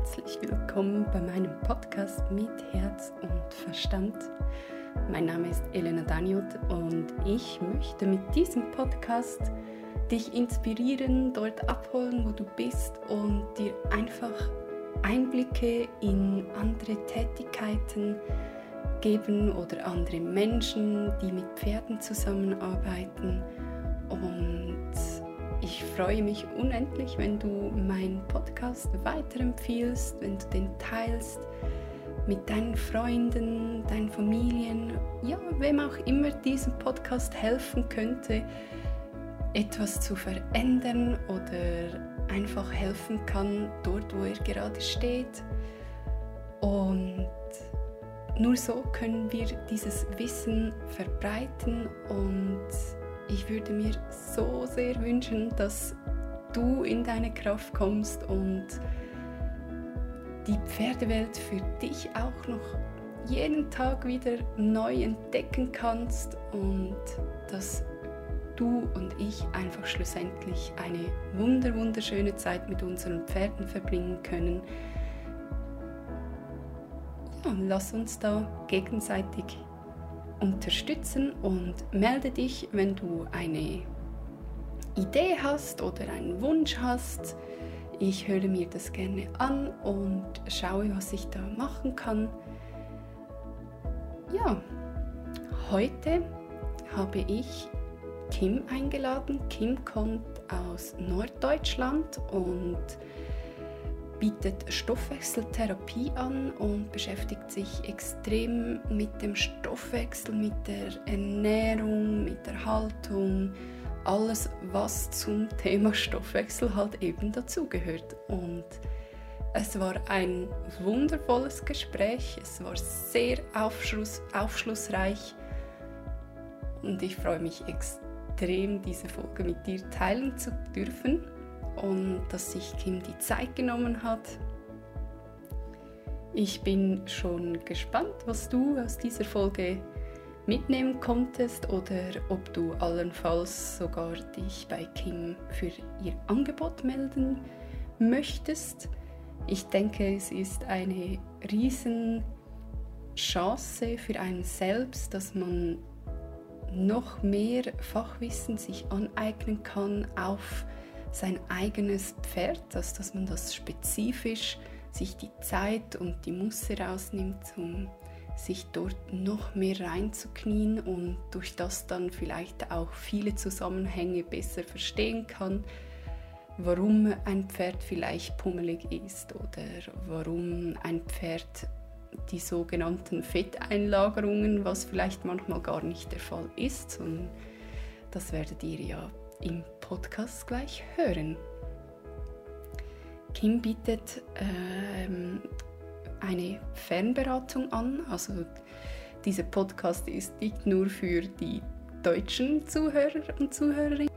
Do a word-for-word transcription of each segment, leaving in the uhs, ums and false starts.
herzlich willkommen bei meinem Podcast mit Herz und Verstand. Mein Name ist Elena Daniot und ich möchte mit diesem Podcast dich inspirieren, dort abholen, wo du bist und dir einfach Einblicke in andere Tätigkeiten geben oder andere Menschen, die mit Pferden zusammenarbeiten. Und ich freue mich unendlich, wenn du meinen Podcast weiterempfiehlst, wenn du den teilst mit deinen Freunden, deinen Familien, ja, wem auch immer diesem Podcast helfen könnte, etwas zu verändern oder einfach helfen kann, dort, wo er gerade steht. Und nur so können wir dieses Wissen verbreiten und ich würde mir so sehr wünschen, dass du in deine Kraft kommst und die Pferdewelt für dich auch noch jeden Tag wieder neu entdecken kannst und dass du und ich einfach schlussendlich eine wunder wunderschöne Zeit mit unseren Pferden verbringen können. Ja, lass uns da gegenseitig unterstützen und melde dich, wenn du eine Idee hast oder einen Wunsch hast. Ich höre mir das gerne an und schaue, was ich da machen kann. Ja, heute habe ich Kim eingeladen. Kim kommt aus Norddeutschland und bietet Stoffwechseltherapie an und beschäftigt sich extrem mit dem Stoffwechsel, mit der Ernährung, mit der Haltung, alles, was zum Thema Stoffwechsel halt eben dazugehört. Und es war ein wundervolles Gespräch, es war sehr aufschluss, aufschlussreich und ich freue mich extrem, diese Folge mit dir teilen zu dürfen. Und dass sich Kim die Zeit genommen hat. Ich bin schon gespannt, was du aus dieser Folge mitnehmen konntest oder ob du allenfalls sogar dich bei Kim für ihr Angebot melden möchtest. Ich denke, es ist eine riesen Chance für einen selbst, dass man noch mehr Fachwissen sich aneignen kann auf sein eigenes Pferd, also dass man das spezifisch sich die Zeit und die Muße rausnimmt, um sich dort noch mehr reinzuknien und durch das dann vielleicht auch viele Zusammenhänge besser verstehen kann, warum ein Pferd vielleicht pummelig ist oder warum ein Pferd die sogenannten Fetteinlagerungen, was vielleicht manchmal gar nicht der Fall ist, und das werdet ihr ja im Podcast gleich hören. Kim bietet ähm, eine Fernberatung an, also dieser Podcast ist nicht nur für die deutschen Zuhörer und Zuhörerinnen,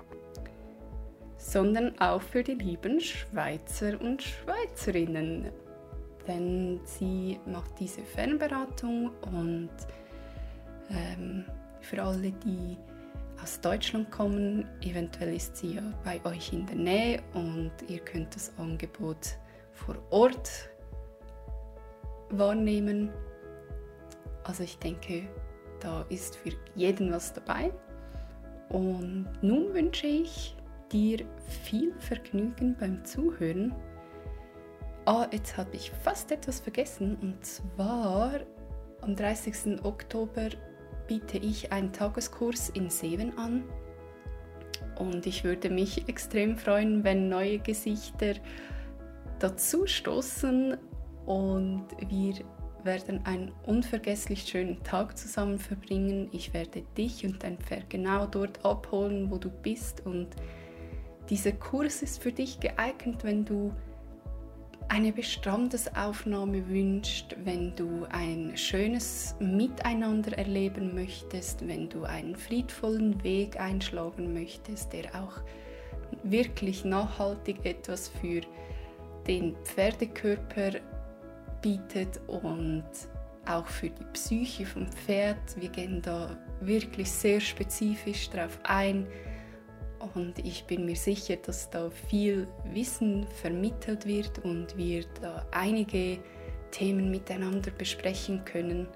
sondern auch für die lieben Schweizer und Schweizerinnen, denn sie macht diese Fernberatung und ähm, für alle, die aus Deutschland kommen, eventuell ist sie ja bei euch in der Nähe und ihr könnt das Angebot vor Ort wahrnehmen. Also ich denke, da ist für jeden was dabei. Und nun wünsche ich dir viel Vergnügen beim Zuhören. Ah, jetzt habe ich fast etwas vergessen, und zwar am dreißigsten Oktober biete ich einen Tageskurs in Seven an und ich würde mich extrem freuen, wenn neue Gesichter dazu stoßen und wir werden einen unvergesslich schönen Tag zusammen verbringen. Ich werde dich und dein Pferd genau dort abholen, wo du bist, und dieser Kurs ist für dich geeignet, wenn du eine Bestandesaufnahme wünschst, wenn du ein schönes Miteinander erleben möchtest, wenn du einen friedvollen Weg einschlagen möchtest, der auch wirklich nachhaltig etwas für den Pferdekörper bietet und auch für die Psyche vom Pferd. Wir gehen da wirklich sehr spezifisch drauf ein Und ich bin mir sicher, dass da viel Wissen vermittelt wird und wir da einige Themen miteinander besprechen können.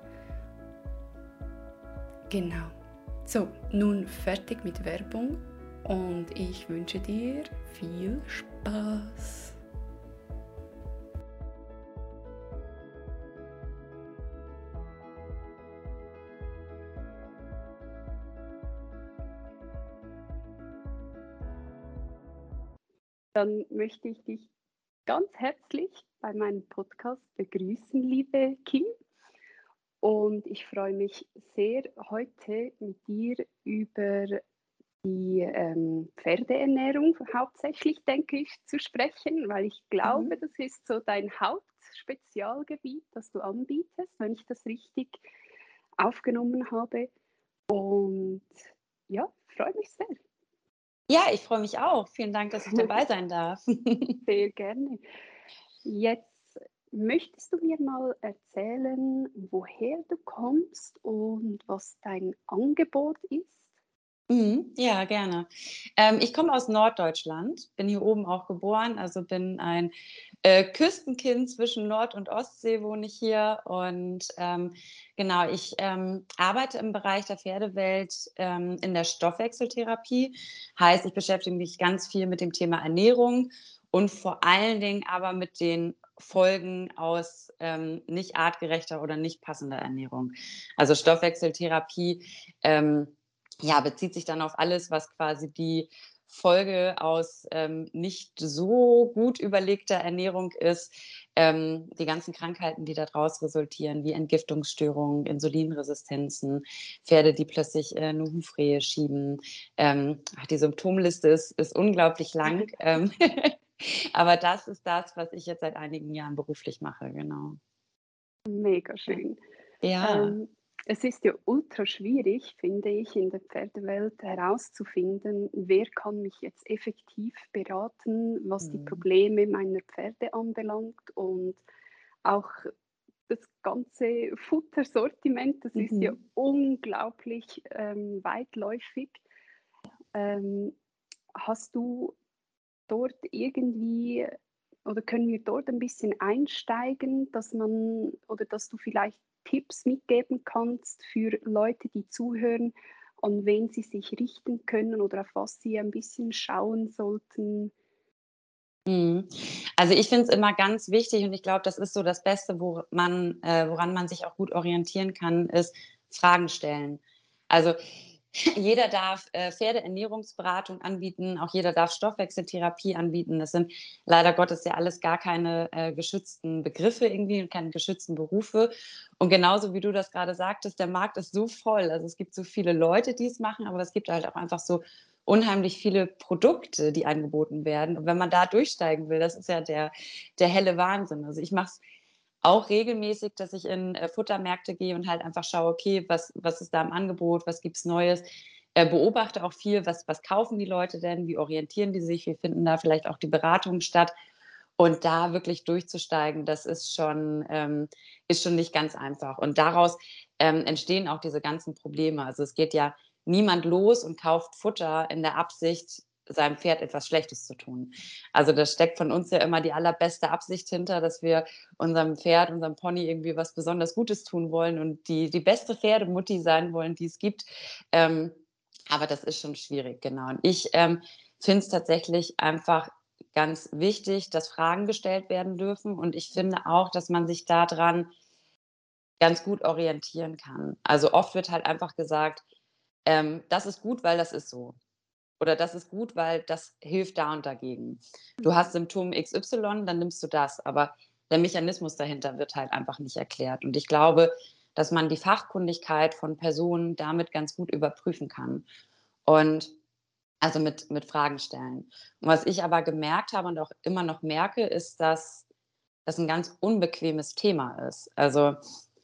Genau. So, nun fertig mit Werbung und ich wünsche dir viel Spaß. Dann möchte ich dich ganz herzlich bei meinem Podcast begrüßen, liebe Kim. Und ich freue mich sehr, heute mit dir über die ähm, Pferdeernährung hauptsächlich, denke ich, zu sprechen, weil ich glaube, Mhm. das ist so dein Hauptspezialgebiet, das du anbietest, wenn ich das richtig aufgenommen habe. Und ja, freue mich sehr. Ja, ich freue mich auch. Vielen Dank, dass ich dabei sein darf. Sehr gerne. Jetzt möchtest du mir mal erzählen, woher du kommst und was dein Angebot ist? Mhm, ja, gerne. Ähm, ich komme aus Norddeutschland, bin hier oben auch geboren, also bin ein äh, Küstenkind zwischen Nord- und Ostsee wohne ich hier. Und ähm, genau, ich ähm, arbeite im Bereich der Pferdewelt ähm, in der Stoffwechseltherapie. Heißt, ich beschäftige mich ganz viel mit dem Thema Ernährung und vor allen Dingen aber mit den Folgen aus ähm, nicht artgerechter oder nicht passender Ernährung. Also Stoffwechseltherapie. Ähm, Ja, bezieht sich dann auf alles, was quasi die Folge aus ähm, nicht so gut überlegter Ernährung ist. Ähm, die ganzen Krankheiten, die daraus resultieren, wie Entgiftungsstörungen, Insulinresistenzen, Pferde, die plötzlich äh, eine Hufrehe schieben. Ähm, ach, die Symptomliste ist, ist unglaublich lang. Ähm, aber das ist das, was ich jetzt seit einigen Jahren beruflich mache, genau. Mega Ja. schön. Ja. Ähm, es ist ja ultra schwierig, finde ich, in der Pferdewelt herauszufinden, wer kann mich jetzt effektiv beraten, was die Mhm. Probleme meiner Pferde anbelangt und auch das ganze Futtersortiment, das ist ja Mhm. unglaublich ähm, weitläufig. Ähm, hast du dort irgendwie oder können wir dort ein bisschen einsteigen, dass man oder dass du vielleicht Tipps mitgeben kannst für Leute, die zuhören, an wen sie sich richten können oder auf was sie ein bisschen schauen sollten? Mhm. Also, ich finde es immer ganz wichtig und ich glaube, das ist so das Beste, wo man äh, woran man sich auch gut orientieren kann, ist Fragen stellen. Also, jeder darf äh, Pferdeernährungsberatung anbieten, auch jeder darf Stoffwechseltherapie anbieten. Das sind leider Gottes ja alles gar keine äh, geschützten Begriffe irgendwie und keine geschützten Berufe. Und genauso wie du das gerade sagtest, der Markt ist so voll. Also, es gibt so viele Leute, die es machen, aber es gibt halt auch einfach so unheimlich viele Produkte, die angeboten werden. Und wenn man da durchsteigen will, das ist ja der, der helle Wahnsinn. Also ich mache es auch regelmäßig, dass ich in äh, Futtermärkte gehe und halt einfach schaue, okay, was, was ist da im Angebot, was gibt's Neues. Äh, beobachte auch viel, was, was kaufen die Leute denn, wie orientieren die sich, wie finden da vielleicht auch die Beratungen statt. Und da wirklich durchzusteigen, das ist schon, ähm, ist schon nicht ganz einfach. Und daraus ähm, entstehen auch diese ganzen Probleme. Also es geht ja niemand los und kauft Futter in der Absicht, seinem Pferd etwas Schlechtes zu tun. Also da steckt von uns ja immer die allerbeste Absicht hinter, dass wir unserem Pferd, unserem Pony irgendwie was besonders Gutes tun wollen und die, die beste Pferdemutti sein wollen, die es gibt. Ähm, aber das ist schon schwierig, genau. Und ich ähm, finde es tatsächlich einfach ganz wichtig, dass Fragen gestellt werden dürfen. Und ich finde auch, dass man sich daran ganz gut orientieren kann. Also oft wird halt einfach gesagt, ähm, das ist gut, weil das ist so. Oder das ist gut, weil das hilft da und dagegen. Du hast Mhm. Symptom X Y, dann nimmst du das. Aber der Mechanismus dahinter wird halt einfach nicht erklärt. Und ich glaube, dass man die Fachkundigkeit von Personen damit ganz gut überprüfen kann. Und also mit, mit Fragen stellen. Und was ich aber gemerkt habe und auch immer noch merke, ist, dass das ein ganz unbequemes Thema ist. Also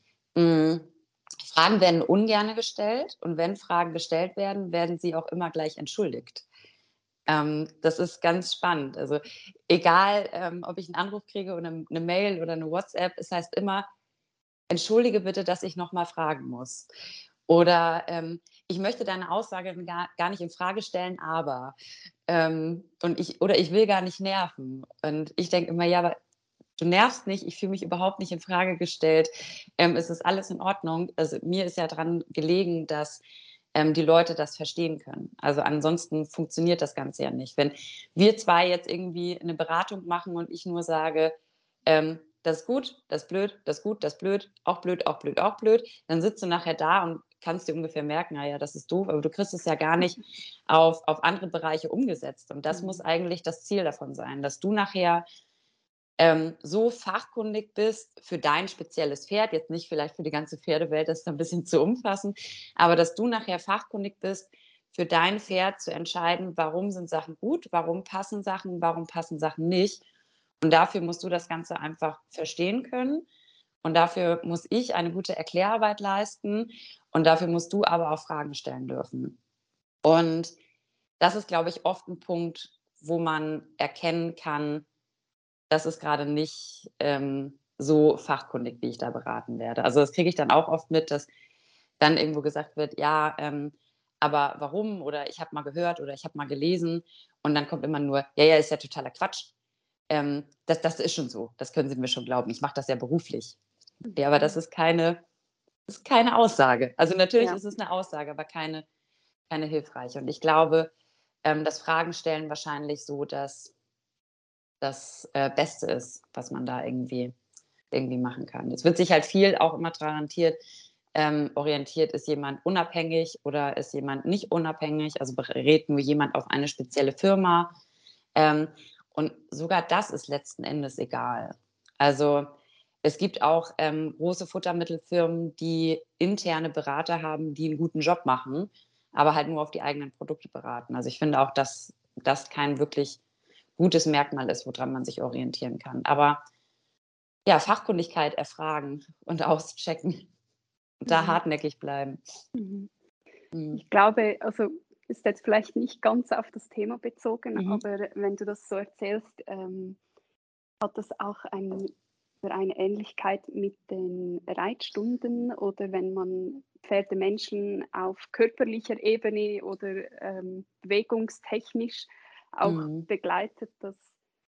mh, Fragen werden ungerne gestellt und wenn Fragen gestellt werden, werden sie auch immer gleich entschuldigt. Ähm, das ist ganz spannend. Also egal, ähm, ob ich einen Anruf kriege oder eine Mail oder eine WhatsApp, es heißt immer, entschuldige bitte, dass ich noch mal fragen muss. Oder ähm, ich möchte deine Aussage gar, gar nicht in Frage stellen, aber ähm, und ich oder ich will gar nicht nerven. Und ich denke immer, ja, aber du nervst nicht, ich fühle mich überhaupt nicht in Frage gestellt. Ähm, es ist alles in Ordnung. Also mir ist ja dran gelegen, dass ähm, die Leute das verstehen können. Also ansonsten funktioniert das Ganze ja nicht. Wenn wir zwei jetzt irgendwie eine Beratung machen und ich nur sage, ähm, das ist gut, das ist blöd, das ist gut, das ist blöd, auch blöd, auch blöd, auch blöd, dann sitzt du nachher da und kannst dir ungefähr merken, naja, das ist doof, aber du kriegst es ja gar nicht auf, auf andere Bereiche umgesetzt. Und das muss Mhm. eigentlich das Ziel davon sein, dass du nachher ähm, so fachkundig bist für dein spezielles Pferd, jetzt nicht vielleicht für die ganze Pferdewelt, das ist ein bisschen zu umfassend, aber dass du nachher fachkundig bist, für dein Pferd zu entscheiden, warum sind Sachen gut, warum passen Sachen, warum passen Sachen nicht. Und dafür musst du das Ganze einfach verstehen können. Und dafür muss ich eine gute Erklärarbeit leisten. Und dafür musst du aber auch Fragen stellen dürfen. Und das ist, glaube ich, oft ein Punkt, wo man erkennen kann, das ist gerade nicht ähm, so fachkundig, wie ich da beraten werde. Also das kriege ich dann auch oft mit, dass dann irgendwo gesagt wird, ja, ähm, aber warum? Oder ich habe mal gehört oder ich habe mal gelesen. Und dann kommt immer nur, ja, ja, ist ja totaler Quatsch. Ähm, das, das ist schon so. Das können Sie mir schon glauben. Ich mache das ja beruflich. Ja, aber das Mhm. ist keine, ist keine Aussage. Also natürlich Ja. ist es eine Aussage, aber keine, keine hilfreiche. Und ich glaube, ähm, das Fragen stellen wahrscheinlich so, dass das äh, Beste ist, was man da irgendwie irgendwie machen kann. Es wird sich halt viel auch immer daran orientiert, ähm, orientiert, ist jemand unabhängig oder ist jemand nicht unabhängig, also berät nur jemand auf eine spezielle Firma. Ähm, und sogar das ist letzten Endes egal. Also es gibt auch ähm, große Futtermittelfirmen, die interne Berater haben, die einen guten Job machen, aber halt nur auf die eigenen Produkte beraten. Also ich finde auch, dass das kein wirklich gutes Merkmal ist, woran man sich orientieren kann. Aber ja, Fachkundigkeit erfragen und auschecken und da Mhm. hartnäckig bleiben. Mhm. Mhm. Ich glaube, also ist jetzt vielleicht nicht ganz auf das Thema bezogen, Mhm. aber wenn du das so erzählst, ähm, hat das auch ein, oder eine Ähnlichkeit mit den Reitstunden oder wenn man Pferdemenschen auf körperlicher Ebene oder ähm, bewegungstechnisch auch Mhm. begleitet, dass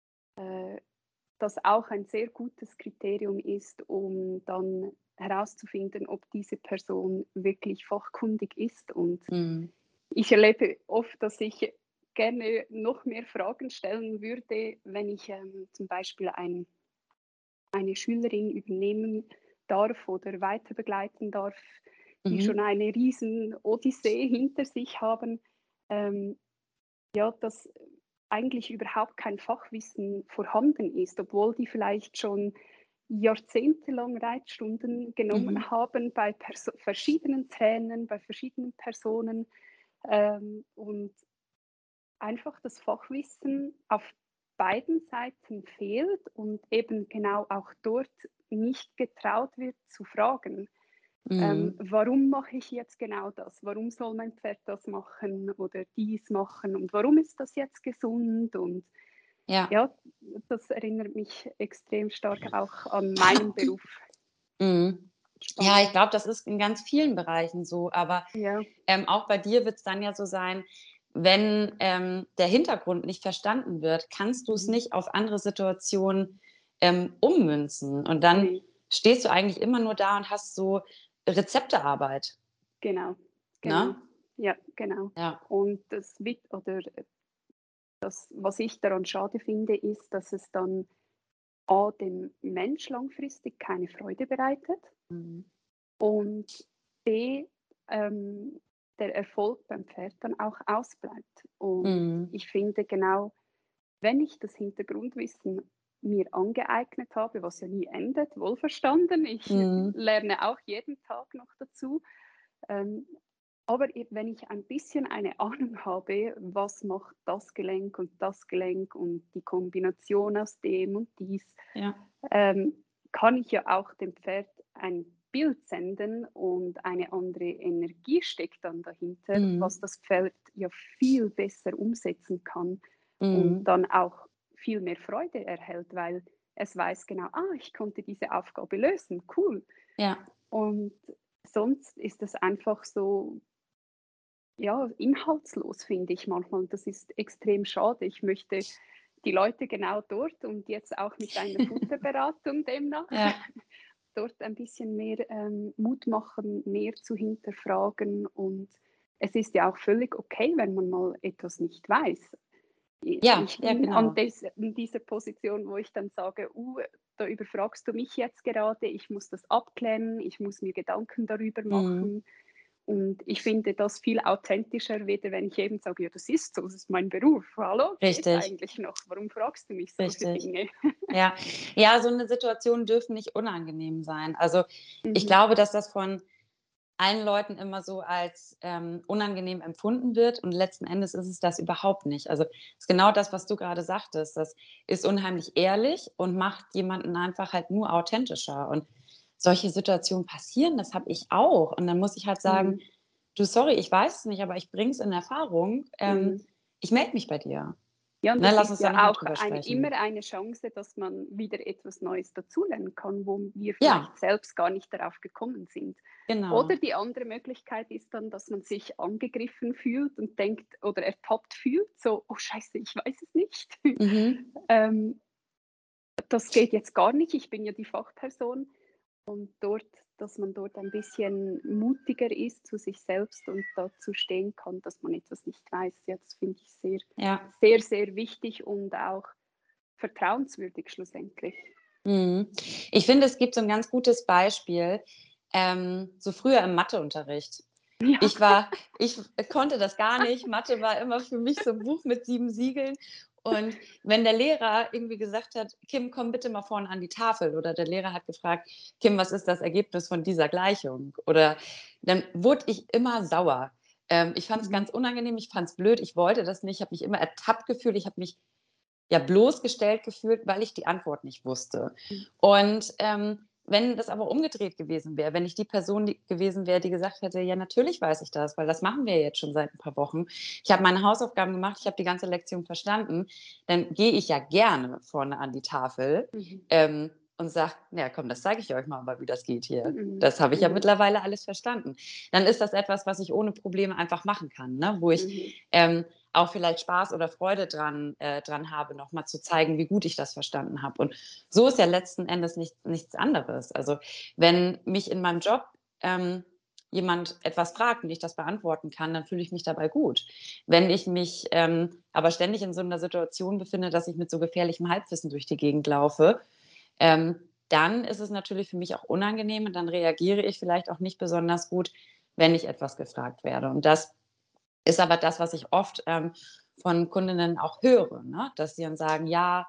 äh, das auch ein sehr gutes Kriterium ist, um dann herauszufinden, ob diese Person wirklich fachkundig ist. Und Mhm. ich erlebe oft, dass ich gerne noch mehr Fragen stellen würde, wenn ich ähm, zum Beispiel ein, eine Schülerin übernehmen darf oder weiter begleiten darf, die schon Mhm. eine riesen Odyssee hinter sich haben. Ähm, ja, dass eigentlich überhaupt kein Fachwissen vorhanden ist, obwohl die vielleicht schon jahrzehntelang Reitstunden Mhm. genommen haben bei Perso verschiedenen Trainern, bei verschiedenen Personen ähm, und einfach das Fachwissen auf beiden Seiten fehlt und eben genau auch dort nicht getraut wird zu fragen. Ähm, Mhm. warum mache ich jetzt genau das? Warum soll mein Pferd das machen oder dies machen? Und warum ist das jetzt gesund? Und Ja. ja, das erinnert mich extrem stark auch an meinen Beruf. Mhm. Ja, ich Spannend. glaube, das ist in ganz vielen Bereichen so, aber Ja. ähm, auch bei dir wird es dann ja so sein, wenn ähm, der Hintergrund nicht verstanden wird, kannst du es Mhm. nicht auf andere Situationen ähm, ummünzen. Und dann Nee, stehst du eigentlich immer nur da und hast so Rezeptearbeit. genau, Ne? genau. Ja, genau. Ja. Und das mit oder das, was ich daran schade finde, ist, dass es dann A, dem Mensch langfristig keine Freude bereitet Mhm. und B, ähm, der Erfolg beim Pferd dann auch ausbleibt. Und Mhm. ich finde genau, wenn ich das Hintergrundwissen mir angeeignet habe, was ja nie endet, wohlverstanden, ich Mhm. lerne auch jeden Tag noch dazu, ähm, aber e wenn ich ein bisschen eine Ahnung habe, was macht das Gelenk und das Gelenk und die Kombination aus dem und dies, Ja. ähm, kann ich ja auch dem Pferd ein Bild senden und eine andere Energie steckt dann dahinter, was Mhm. das Pferd ja viel besser umsetzen kann und Mhm. dann auch viel mehr Freude erhält, weil es weiß genau, ah, ich konnte diese Aufgabe lösen, cool. Ja. Und sonst ist es einfach so, ja, inhaltslos, finde ich manchmal. Und das ist extrem schade. Ich möchte die Leute genau dort und jetzt auch mit einer Futterberatung demnach Ja, dort ein bisschen mehr ähm, Mut machen, mehr zu hinterfragen. Und es ist ja auch völlig okay, wenn man mal etwas nicht weiß. ja, Ich ja, bin an genau. des, in dieser Position, wo ich dann sage, uh, da überfragst du mich jetzt gerade, ich muss das abklären, ich muss mir Gedanken darüber Mhm. machen. Und ich finde das viel authentischer, wieder wenn ich eben sage, ja, das ist so, das ist mein Beruf. Hallo, geht's Richtig, eigentlich noch? Warum fragst du mich solche richtig. Dinge? Ja. Ja, so eine Situation dürfen nicht unangenehm sein. Also, ich Mhm. glaube, dass das von allen Leuten immer so als, ähm, unangenehm empfunden wird und letzten Endes ist es das überhaupt nicht. Also, ist genau das, was du gerade sagtest. Das ist unheimlich ehrlich und macht jemanden einfach halt nur authentischer und solche Situationen passieren, das habe ich auch und dann muss ich halt sagen: Mhm. „Du, sorry, ich weiß es nicht, aber ich bringe es in Erfahrung. Ähm, Mhm. ich melde mich bei dir. Ja, und Ne, das lass ist uns da ja noch mal auch drüber eine, immer sprechen.“ eine Chance, dass man wieder etwas Neues dazulernen kann, wo wir Ja, vielleicht selbst gar nicht darauf gekommen sind. Oder genau. die andere Möglichkeit ist dann, dass man sich angegriffen fühlt und denkt oder ertappt fühlt, so, oh Scheiße, ich weiß es nicht. Mhm. ähm, Das geht jetzt gar nicht, ich bin ja die Fachperson. Und dort, dass man dort ein bisschen mutiger ist zu sich selbst und dazu stehen kann, dass man etwas nicht weiß. Ja, das finde ich sehr, Ja. sehr, sehr wichtig und auch vertrauenswürdig schlussendlich. Mhm. Ich finde, es gibt so 'n ganz gutes Beispiel, ähm, so früher im Matheunterricht. Ja. Ich war ich konnte das gar nicht. Mathe war immer für mich so 'n Buch mit sieben Siegeln. Und wenn der Lehrer irgendwie gesagt hat: „Kim, komm bitte mal vorne an die Tafel.“ Oder der Lehrer hat gefragt: „Kim, was ist das Ergebnis von dieser Gleichung?“ Oder dann wurde ich immer sauer. Ähm, ich fand's Mhm. ganz unangenehm, ich fand's blöd, ich wollte das nicht, ich habe mich immer ertappt gefühlt, ich habe mich ja bloßgestellt gefühlt, weil ich die Antwort nicht wusste. Und, ähm, wenn das aber umgedreht gewesen wäre, wenn ich die Person die gewesen wäre, die gesagt hätte: „Ja, natürlich weiß ich das, weil das machen wir jetzt schon seit ein paar Wochen. Ich habe meine Hausaufgaben gemacht, ich habe die ganze Lektion verstanden“, dann gehe ich ja gerne vorne an die Tafel, Mhm. ähm, und sage: „Na ja, komm, das zeige ich euch mal, aber wie das geht hier. Mhm. Das habe ich ja Mhm. mittlerweile alles verstanden.“ Dann ist das etwas, was ich ohne Probleme einfach machen kann, ne, wo ich, Mhm. ähm, auch vielleicht Spaß oder Freude dran äh, dran habe, noch mal zu zeigen, wie gut ich das verstanden habe. Und so ist ja letzten Endes nicht nichts anderes. Also, wenn mich in meinem Job, ähm, jemand etwas fragt und ich das beantworten kann, dann fühle ich mich dabei gut. Wenn ich mich, ähm, aber ständig in so einer Situation befinde, dass ich mit so gefährlichem Halbwissen durch die Gegend laufe, ähm, dann ist es natürlich für mich auch unangenehm und dann reagiere ich vielleicht auch nicht besonders gut, wenn ich etwas gefragt werde. Und das ist aber das, was ich oft, ähm, von Kundinnen auch höre, ne? Dass sie dann sagen: „Ja,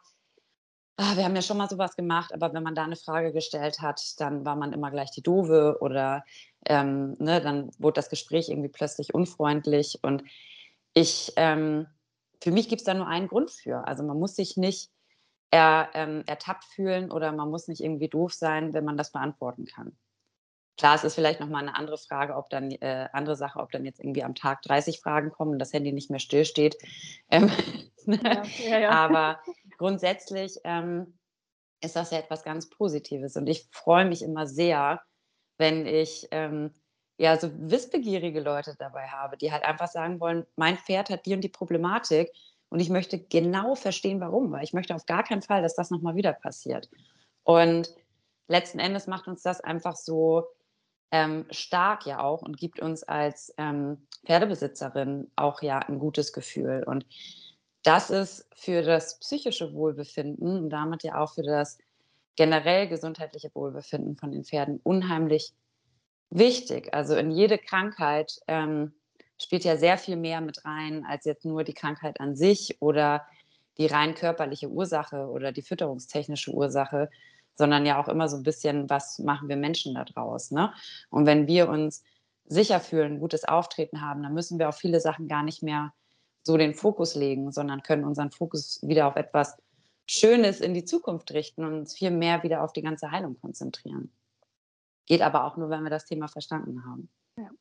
ah, wir haben ja schon mal so was gemacht, aber wenn man da 'ne Frage gestellt hat, dann war man immer gleich die Doofe oder, ähm, ne, dann wurde das Gespräch irgendwie plötzlich unfreundlich.“ Und ich, ähm für mich gibt's da nur einen Grund für. Also, man muss sich nicht er ähm, ertappt fühlen oder man muss nicht irgendwie doof sein, wenn man das beantworten kann. Klar, es ist vielleicht noch mal 'ne andere Frage, ob dann äh, andere Sache, ob dann jetzt irgendwie am Tag dreißig Fragen kommen und das Handy nicht mehr stillsteht. Ähm, ne? Ja, ja, ja. Aber grundsätzlich, ähm, ist das ja etwas ganz Positives und ich freue mich immer sehr, wenn ich, ähm, ja, so wissbegierige Leute dabei habe, die halt einfach sagen wollen: „Mein Pferd hat die und die Problematik und ich möchte genau verstehen, warum, weil ich möchte auf gar keinen Fall, dass das noch mal wieder passiert.“ Und letzten Endes macht uns das einfach so ähm, stark ja auch und gibt uns als, ähm, Pferdebesitzerin auch ja ein gutes Gefühl. Und das ist für das psychische Wohlbefinden und damit ja auch für das generell gesundheitliche Wohlbefinden von den Pferden unheimlich wichtig. Also, in jede Krankheit, ähm, spielt ja sehr viel mehr mit rein als jetzt nur die Krankheit an sich oder die rein körperliche Ursache oder die fütterungstechnische Ursache, sondern ja auch immer so ein bisschen, was machen wir Menschen da draus, ne? Und wenn wir uns sicher fühlen, 'n gutes Auftreten haben, dann müssen wir auf viele Sachen gar nicht mehr so den Fokus legen, sondern können unseren Fokus wieder auf etwas Schönes in die Zukunft richten und uns viel mehr wieder auf die ganze Heilung konzentrieren. Geht aber auch nur, wenn wir das Thema verstanden haben. Ja.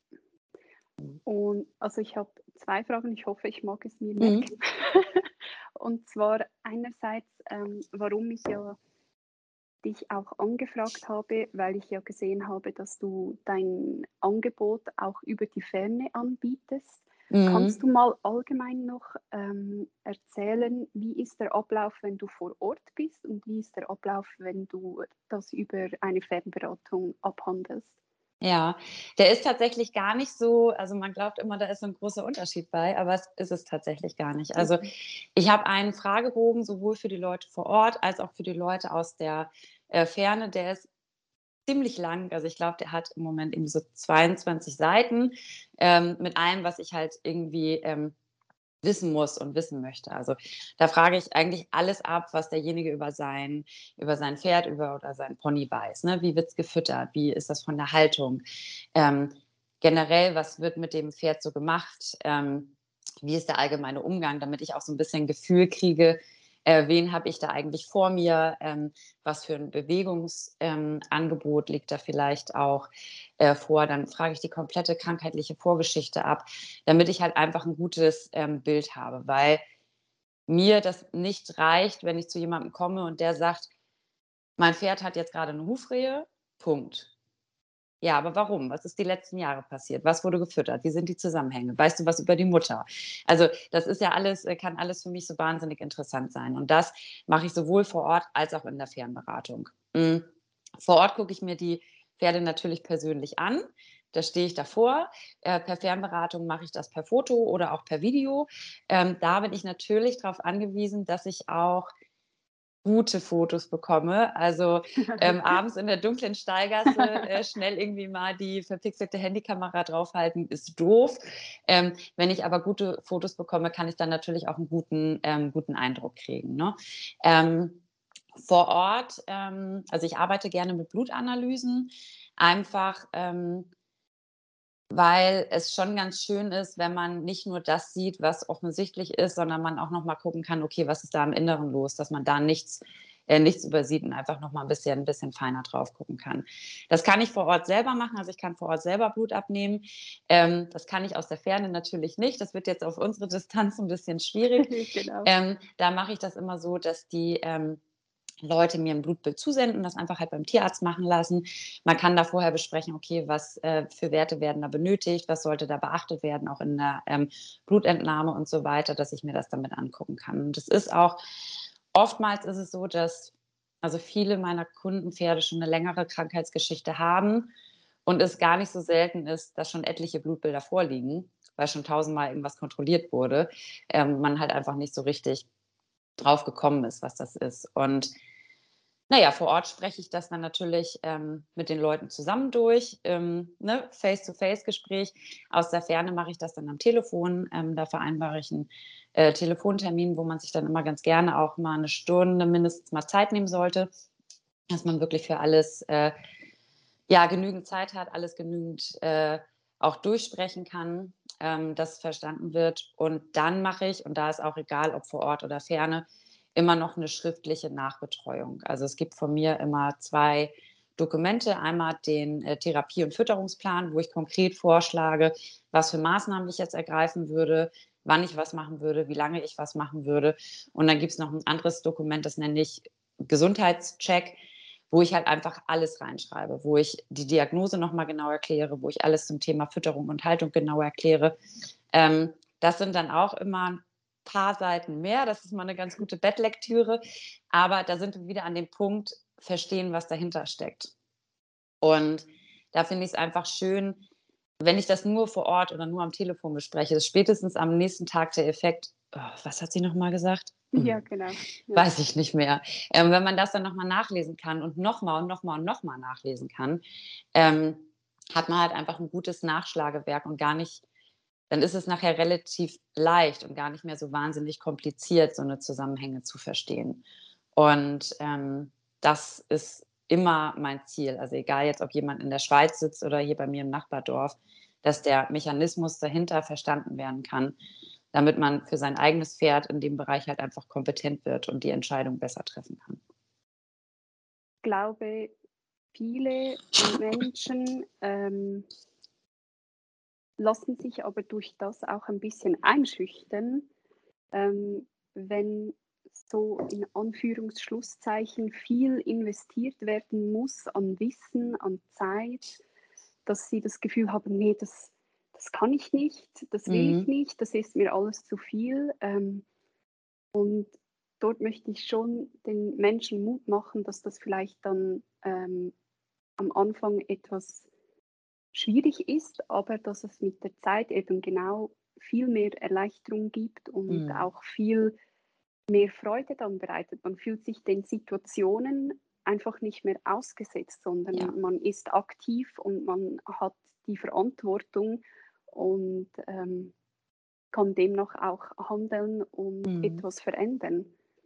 Und also ich habe zwei Fragen, ich hoffe, ich mag es mir merken. Mhm. Und zwar einerseits, ähm, warum ich ja dich auch angefragt habe, weil ich ja gesehen habe, dass du dein Angebot auch über die Ferne anbietest. Kannst Mhm. du mal allgemein noch ähm, erzählen, wie ist der Ablauf, wenn du vor Ort bist und wie ist der Ablauf, wenn du das über eine Fernberatung abhandelst? Ja, der ist tatsächlich gar nicht so, also man glaubt immer, da ist so ein großer Unterschied bei, aber es ist es tatsächlich gar nicht. Also, Mhm. ich habe einen Fragebogen sowohl für die Leute vor Ort als auch für die Leute aus der, äh, Ferne. Der ist ziemlich lang. Also, ich glaube, der hat im Moment irgendwie so zweiundzwanzig Seiten, ähm, mit allem, was ich halt irgendwie, ähm, wissen muss und wissen möchte. Also, da frage ich eigentlich alles ab, was derjenige über sein über sein Pferd, über oder sein Pony weiß, ne? Wie wird's gefüttert? Wie ist das von der Haltung? Ähm, generell, was wird mit dem Pferd so gemacht? Ähm, wie ist der allgemeine Umgang, damit ich auch so ein bisschen Gefühl kriege, äh, wen habe ich da eigentlich vor mir? Ähm, was für ein Bewegungsangebot ähm, Angebot liegt da vielleicht auch, äh, vor? Dann frage ich die komplette krankheitliche Vorgeschichte ab, damit ich halt einfach ein gutes, ähm, Bild habe, weil mir das nicht reicht, wenn ich zu jemandem komme und der sagt: „Mein Pferd hat jetzt gerade eine Hufrehe, Punkt.“ Ja, aber warum? Was ist die letzten Jahre passiert? Was wurde gefüttert? Wie sind die Zusammenhänge? Weißt du was über die Mutter? Also, das ist ja alles äh, kann alles für mich so wahnsinnig interessant sein. Und das mache ich sowohl vor Ort als auch in der Fernberatung. Hm, vor Ort gucke ich mir die Pferde natürlich persönlich an. Da stehe ich davor. Äh, per Fernberatung mache ich das per Foto oder auch per Video. Ähm, da bin ich natürlich darauf angewiesen, dass ich auch gute Fotos bekomme. Also, ähm, abends in der dunklen Stallgasse, äh, schnell irgendwie mal die verpixelte Handykamera draufhalten, ist doof. Ähm, wenn ich aber gute Fotos bekomme, kann ich dann natürlich auch einen guten ähm, guten Eindruck kriegen, ne? Ähm, vor Ort ähm, also, ich arbeite gerne mit Blutanalysen, einfach, ähm weil es schon ganz schön ist, wenn man nicht nur das sieht, was offensichtlich ist, sondern man auch noch mal gucken kann: „Okay, was ist da im Inneren los?“ Dass man da nichts äh, nichts übersieht und einfach noch mal 'n bisschen 'n bisschen feiner drauf gucken kann. Das kann ich vor Ort selber machen, also, ich kann vor Ort selber Blut abnehmen. Ähm, das kann ich aus der Ferne natürlich nicht. Das wird jetzt auf unsere Distanz ein bisschen schwierig. Genau. Ähm, da mache ich das immer so, dass die, ähm, Leute mir ein Blutbild zusenden, das einfach halt beim Tierarzt machen lassen. Man kann da vorher besprechen, okay, was, äh, für Werte werden da benötigt, was sollte da beachtet werden, auch in der, ähm, Blutentnahme und so weiter, dass ich mir das damit angucken kann. Und es ist auch oftmals ist es so, dass also viele meiner Kundenpferde schon eine längere Krankheitsgeschichte haben und es gar nicht so selten ist, dass schon etliche Blutbilder vorliegen, weil schon tausendmal irgendwas kontrolliert wurde, ähm, man halt einfach nicht so richtig drauf gekommen ist, was das ist. Und na ja, vor Ort spreche ich das dann natürlich, ähm, mit den Leuten zusammen durch, ähm, ne, Face-to-Face-Gespräch. Aus der Ferne mache ich das dann am Telefon. Ähm, da vereinbare ich einen äh, Telefontermin, wo man sich dann immer ganz gerne auch mal eine Stunde mindestens mal Zeit nehmen sollte, dass man wirklich für alles, äh, ja, genügend Zeit hat, alles genügend, äh, auch durchsprechen kann, ähm, dass verstanden wird. Und dann mache ich, und da ist auch egal, ob vor Ort oder Ferne, immer noch eine schriftliche Nachbetreuung. Also, es gibt von mir immer zwei Dokumente. Einmal den, äh, Therapie und Fütterungsplan, wo ich konkret vorschlage, was für Maßnahmen ich jetzt ergreifen würde, wann ich was machen würde, wie lange ich was machen würde. Und dann gibt es noch ein anderes Dokument, das nenne ich Gesundheitscheck, wo ich halt einfach alles reinschreibe, wo ich die Diagnose noch mal genau erkläre, wo ich alles zum Thema Fütterung und Haltung genau erkläre. Ähm, das sind dann auch immer ein paar Seiten mehr. Das ist mal eine ganz gute Bettlektüre, aber da sind wir wieder an dem Punkt, verstehen, was dahinter steckt. Und da finde ich es einfach schön, wenn ich das nur vor Ort oder nur am Telefon bespreche, ist spätestens am nächsten Tag der Effekt: „Oh, was hat sie noch mal gesagt? Ja, Hm, genau. Ja. weiß ich nicht mehr.“ Ähm, wenn man das dann noch mal nachlesen kann und noch mal und noch mal und noch mal nachlesen kann, ähm, hat man halt einfach ein gutes Nachschlagewerk und gar nicht dann ist es nachher relativ leicht und gar nicht mehr so wahnsinnig kompliziert, so eine Zusammenhänge zu verstehen. Und, ähm, das ist immer mein Ziel. Also, egal jetzt, ob jemand in der Schweiz sitzt oder hier bei mir im Nachbardorf, dass der Mechanismus dahinter verstanden werden kann, damit man für sein eigenes Pferd in dem Bereich halt einfach kompetent wird und die Entscheidung besser treffen kann. Ich glaube, viele Menschen ähm, lassen sich aber durch das auch ein bisschen einschüchtern, ähm, wenn so in Anführungsschlusszeichen viel investiert werden muss an Wissen, an Zeit, dass sie das Gefühl haben, nee, das, das kann ich nicht, das will ich Mhm. nicht, das ist mir alles zu viel. Ähm, und dort möchte ich schon den Menschen Mut machen, dass das vielleicht dann ähm, am Anfang etwas schwierig ist, aber dass es mit der Zeit eben genau viel mehr Erleichterung gibt und Mhm. auch viel mehr Freude dann bereitet. Man fühlt sich den Situationen einfach nicht mehr ausgesetzt, Ja. sondern man ist aktiv und man hat die Verantwortung und ähm, kann demnach auch handeln und Mhm. etwas verändern.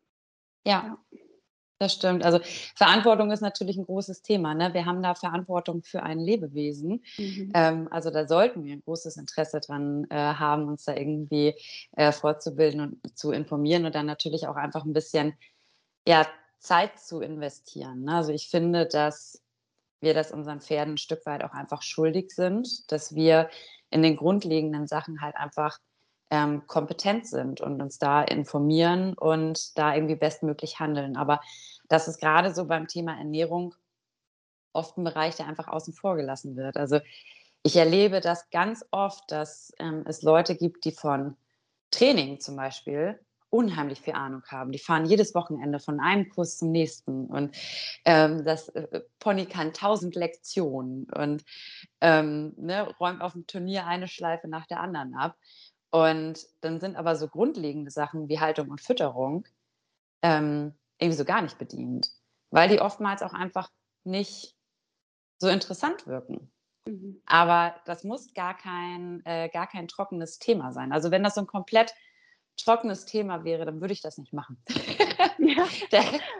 Ja. Ja. Das stimmt. Also, Verantwortung ist natürlich ein großes Thema, ne? Wir haben da Verantwortung für ein Lebewesen. Mhm. Ähm, also, da sollten wir ein großes Interesse dran, äh, haben, uns da irgendwie, äh, fortzubilden und zu informieren und dann natürlich auch einfach ein bisschen, ja, Zeit zu investieren, ne? Also, ich finde, dass wir das unseren Pferden ein Stück weit auch einfach schuldig sind, dass wir in den grundlegenden Sachen halt einfach, ähm, kompetent sind und uns da informieren und da irgendwie bestmöglich handeln. Aber das ist gerade so beim Thema Ernährung oft ein Bereich, der einfach außen vor gelassen wird. Also, ich erlebe das ganz oft, dass, ähm, es Leute gibt, die von Training zum Beispiel unheimlich viel Ahnung haben. Die fahren jedes Wochenende von einem Kurs zum nächsten und, ähm, das, äh, äh, Pony kann tausend Lektionen und, ähm, ne, räumt auf dem Turnier eine Schleife nach der anderen ab. Und dann sind aber so grundlegende Sachen wie Haltung und Fütterung, ähm, irgendwie so gar nicht bedient, weil die oftmals auch einfach nicht so interessant wirken. Mhm. Aber das muss gar kein äh, gar kein trockenes Thema sein. Also, wenn das so 'n komplett trockenes Thema wäre, dann würde ich das nicht machen. Ja. Da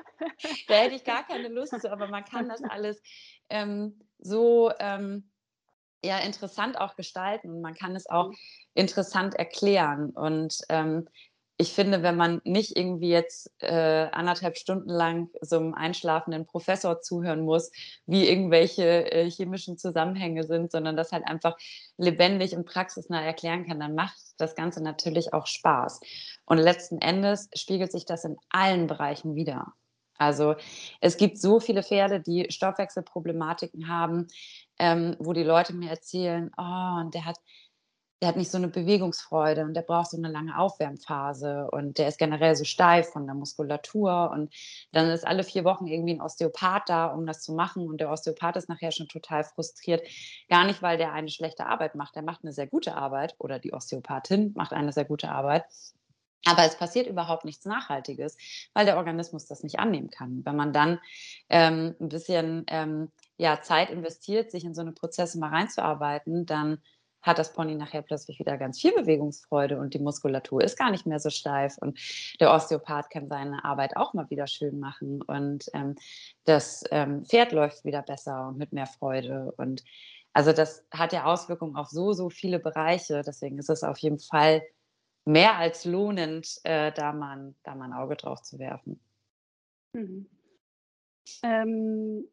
da hätte ich gar keine Lust zu, aber man kann das alles, ähm, so, ähm, ja, interessant auch gestalten und man kann es auch Mhm. interessant erklären. Und, ähm, ich finde, wenn man nicht irgendwie jetzt, äh, anderthalb Stunden lang so einem einschlafenden Professor zuhören muss, wie irgendwelche, äh, chemischen Zusammenhänge sind, sondern das halt einfach lebendig und praxisnah erklären kann, dann macht das Ganze natürlich auch Spaß. Und letzten Endes spiegelt sich das in allen Bereichen wider. Also, es gibt so viele Pferde, die Stoffwechselproblematiken haben, ähm, wo die Leute mir erzählen: „Oh, und der hat der hat nicht so eine Bewegungsfreude und der braucht so eine lange Aufwärmphase und der ist generell so steif von der Muskulatur.“ Und dann ist alle vier Wochen irgendwie ein Osteopath da, um das zu machen und der Osteopath ist nachher schon total frustriert. Gar nicht, weil der eine schlechte Arbeit macht, der macht eine sehr gute Arbeit oder die Osteopathin macht eine sehr gute Arbeit, aber es passiert überhaupt nichts Nachhaltiges, weil der Organismus das nicht annehmen kann. Wenn man dann, ähm, 'n bisschen, ähm, ja, Zeit investiert, sich in so eine Prozesse mal reinzuarbeiten, dann hat das Pony nachher plötzlich wieder ganz viel Bewegungsfreude und die Muskulatur ist gar nicht mehr so steif und der Osteopath kann seine Arbeit auch mal wieder schön machen und, ähm, das, ähm, Pferd läuft wieder besser und mit mehr Freude und also, das hat ja Auswirkungen auf so, so viele Bereiche. Deswegen ist es auf jeden Fall mehr als lohnend, äh, da mal 'n da mal 'n Auge drauf zu werfen. Mhm. Ähm,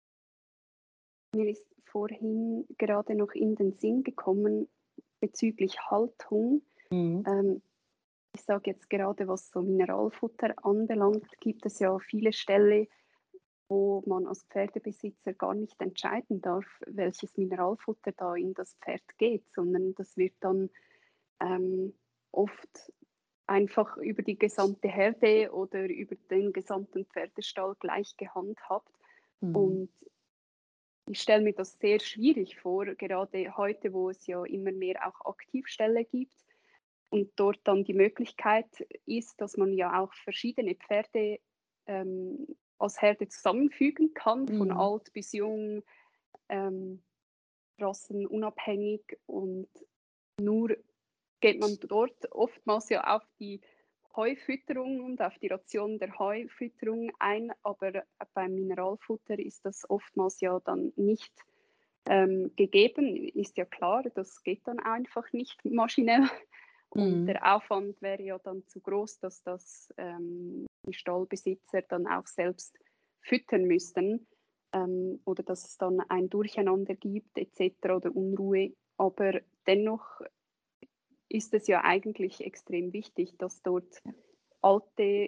Mir ist vorhin gerade noch in den Sinn gekommen bezüglich Haltung. Mhm. Ähm, Ich sage jetzt gerade, was so Mineralfutter anbelangt, gibt es ja viele Ställe, wo man als Pferdebesitzer gar nicht entscheiden darf, welches Mineralfutter da in das Pferd geht, sondern das wird dann ähm, oft einfach über die gesamte Herde oder über den gesamten Pferdestall gleich gehandhabt. Mhm. Und ich stelle mir das sehr schwierig vor, gerade heute, wo es ja immer mehr auch Aktivställe gibt und dort dann die Möglichkeit ist, dass man ja auch verschiedene Pferde ähm, als Herde zusammenfügen kann, von Mhm. alt bis jung, ähm, rassenunabhängig und nur geht man dort oftmals ja auf die Heufütterung und auf die Ration der Heufütterung ein, aber beim Mineralfutter ist das oftmals ja dann nicht ähm, gegeben. Ist ja klar, das geht dann einfach nicht maschinell und Mhm. der Aufwand wäre ja dann zu groß, dass das ähm, die Stallbesitzer dann auch selbst füttern müssten ähm, oder dass es dann ein Durcheinander gibt et cetera oder Unruhe. Aber dennoch ist es ja eigentlich extrem wichtig, dass dort alte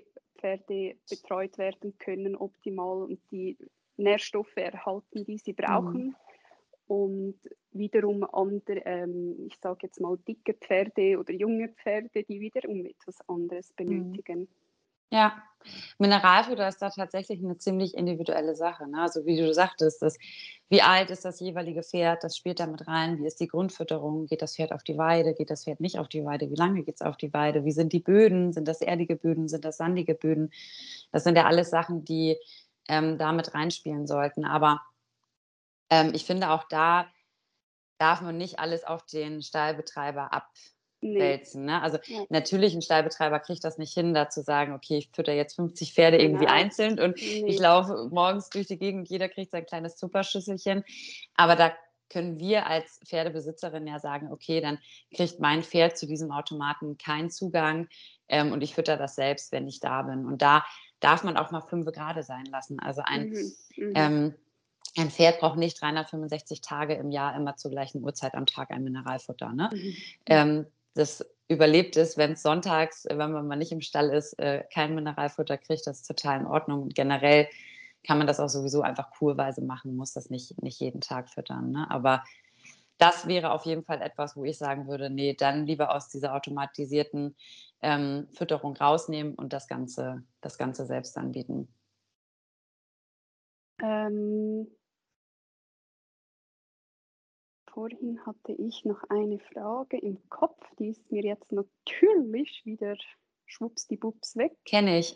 Pferde betreut werden können, optimal, und die Nährstoffe erhalten, die sie brauchen. Mhm. Und wiederum andere, ähm, ich sage jetzt mal dicke Pferde oder junge Pferde, die wiederum etwas anderes Mhm. benötigen. Ja, Mineralfutter ist da tatsächlich eine ziemlich individuelle Sache, ne? Also, wie du sagtest, das wie alt ist das jeweilige Pferd, das spielt da mit rein. Wie ist die Grundfütterung? Geht das Pferd auf die Weide? Geht das Pferd nicht auf die Weide? Wie lange geht's auf die Weide? Wie sind die Böden? Sind das erdige Böden? Sind das sandige Böden? Das sind ja alles Sachen, die, ähm, da mit reinspielen sollten. Aber, ähm, ich finde, auch da darf man nicht alles auf den Stallbetreiber Nee, abwälzen, ne? Also, ja, natürlich 'n Stallbetreiber kriegt das nicht hin, da zu sagen: „Okay, ich fütter jetzt fünfzig Pferde irgendwie genau. einzeln und ich Nee. laufe morgens durch die Gegend, jeder kriegt sein kleines Zuckerschüsselchen." Aber da können wir als Pferdebesitzerin ja sagen: „Okay, dann kriegt mein Pferd zu diesem Automaten keinen Zugang, ähm, und ich fütter das selbst, wenn ich da bin." Und da darf man auch mal fünfe grade sein lassen. Also, ein, Mhm. Mhm. ähm ein Pferd braucht nicht dreihundertfünfundsechzig Tage im Jahr immer zur gleichen Uhrzeit am Tag ein Mineralfutter, ne? Mhm. Mhm. Ähm, das überlebt es, wenn's sonntags, äh, wenn man mal nicht im Stall ist, äh, kein Mineralfutter kriegt, das ist total in Ordnung. Und generell kann man das auch sowieso einfach kurweise machen, muss das nicht nicht jeden Tag füttern, ne? Aber das wäre auf jeden Fall etwas, wo ich sagen würde: „Ne, dann lieber aus dieser automatisierten, ähm, Fütterung rausnehmen und das Ganze das Ganze selbst anbieten." Ähm, vorhin hatte ich noch eine Frage im Kopf, die ist mir jetzt natürlich wieder schwuppsdiwupps weg. Kenne ich.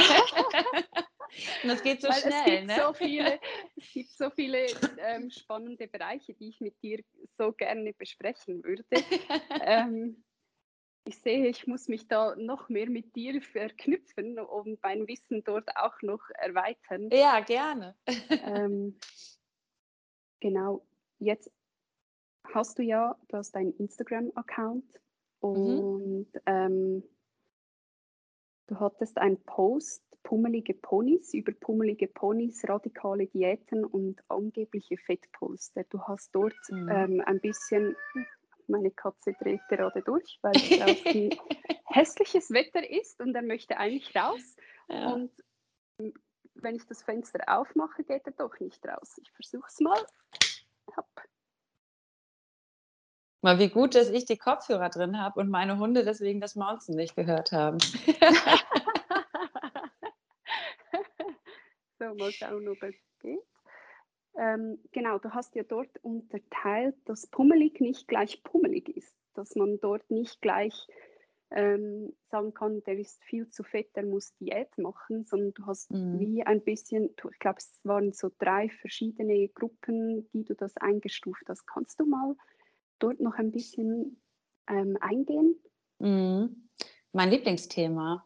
Und das geht so Weil es schnell, gibt ne? so viele es gibt so viele, ähm, spannende Bereiche, die ich mit dir so gerne besprechen würde. Ähm, ich sehe, ich muss mich da noch mehr mit dir verknüpfen und mein Wissen dort auch noch erweitern. Ja, gerne. Ähm, genau, jetzt hast du ja du hast einen Instagram-Account Mhm. und, ähm, du hattest einen Post, pummelige Ponys, über pummelige Ponys, radikale Diäten und angebliche Fettpolster. Du hast dort, Mhm. ähm, ein bisschen meine Katze dreht gerade durch, weil es draußen hässliches Wetter ist und er möchte eigentlich raus. Ja. Und wenn ich das Fenster aufmache, geht er doch nicht raus. Ich versuche es mal. Hopp. Mal wie gut, dass ich die Kopfhörer drin habe und meine Hunde deswegen das Maunzen nicht gehört haben. So, mal schauen, ob es geht. Ähm, genau, du hast ja dort unterteilt, dass pummelig nicht gleich pummelig ist, dass man dort nicht gleich ähm, sagen kann, der ist viel zu fett, der muss Diät machen, sondern du hast Mhm. wie ein bisschen, ich glaube, es waren so drei verschiedene Gruppen, die du das eingestuft hast. Kannst du mal dort noch ein bisschen ähm, eingehen? Mhm. Mein Lieblingsthema.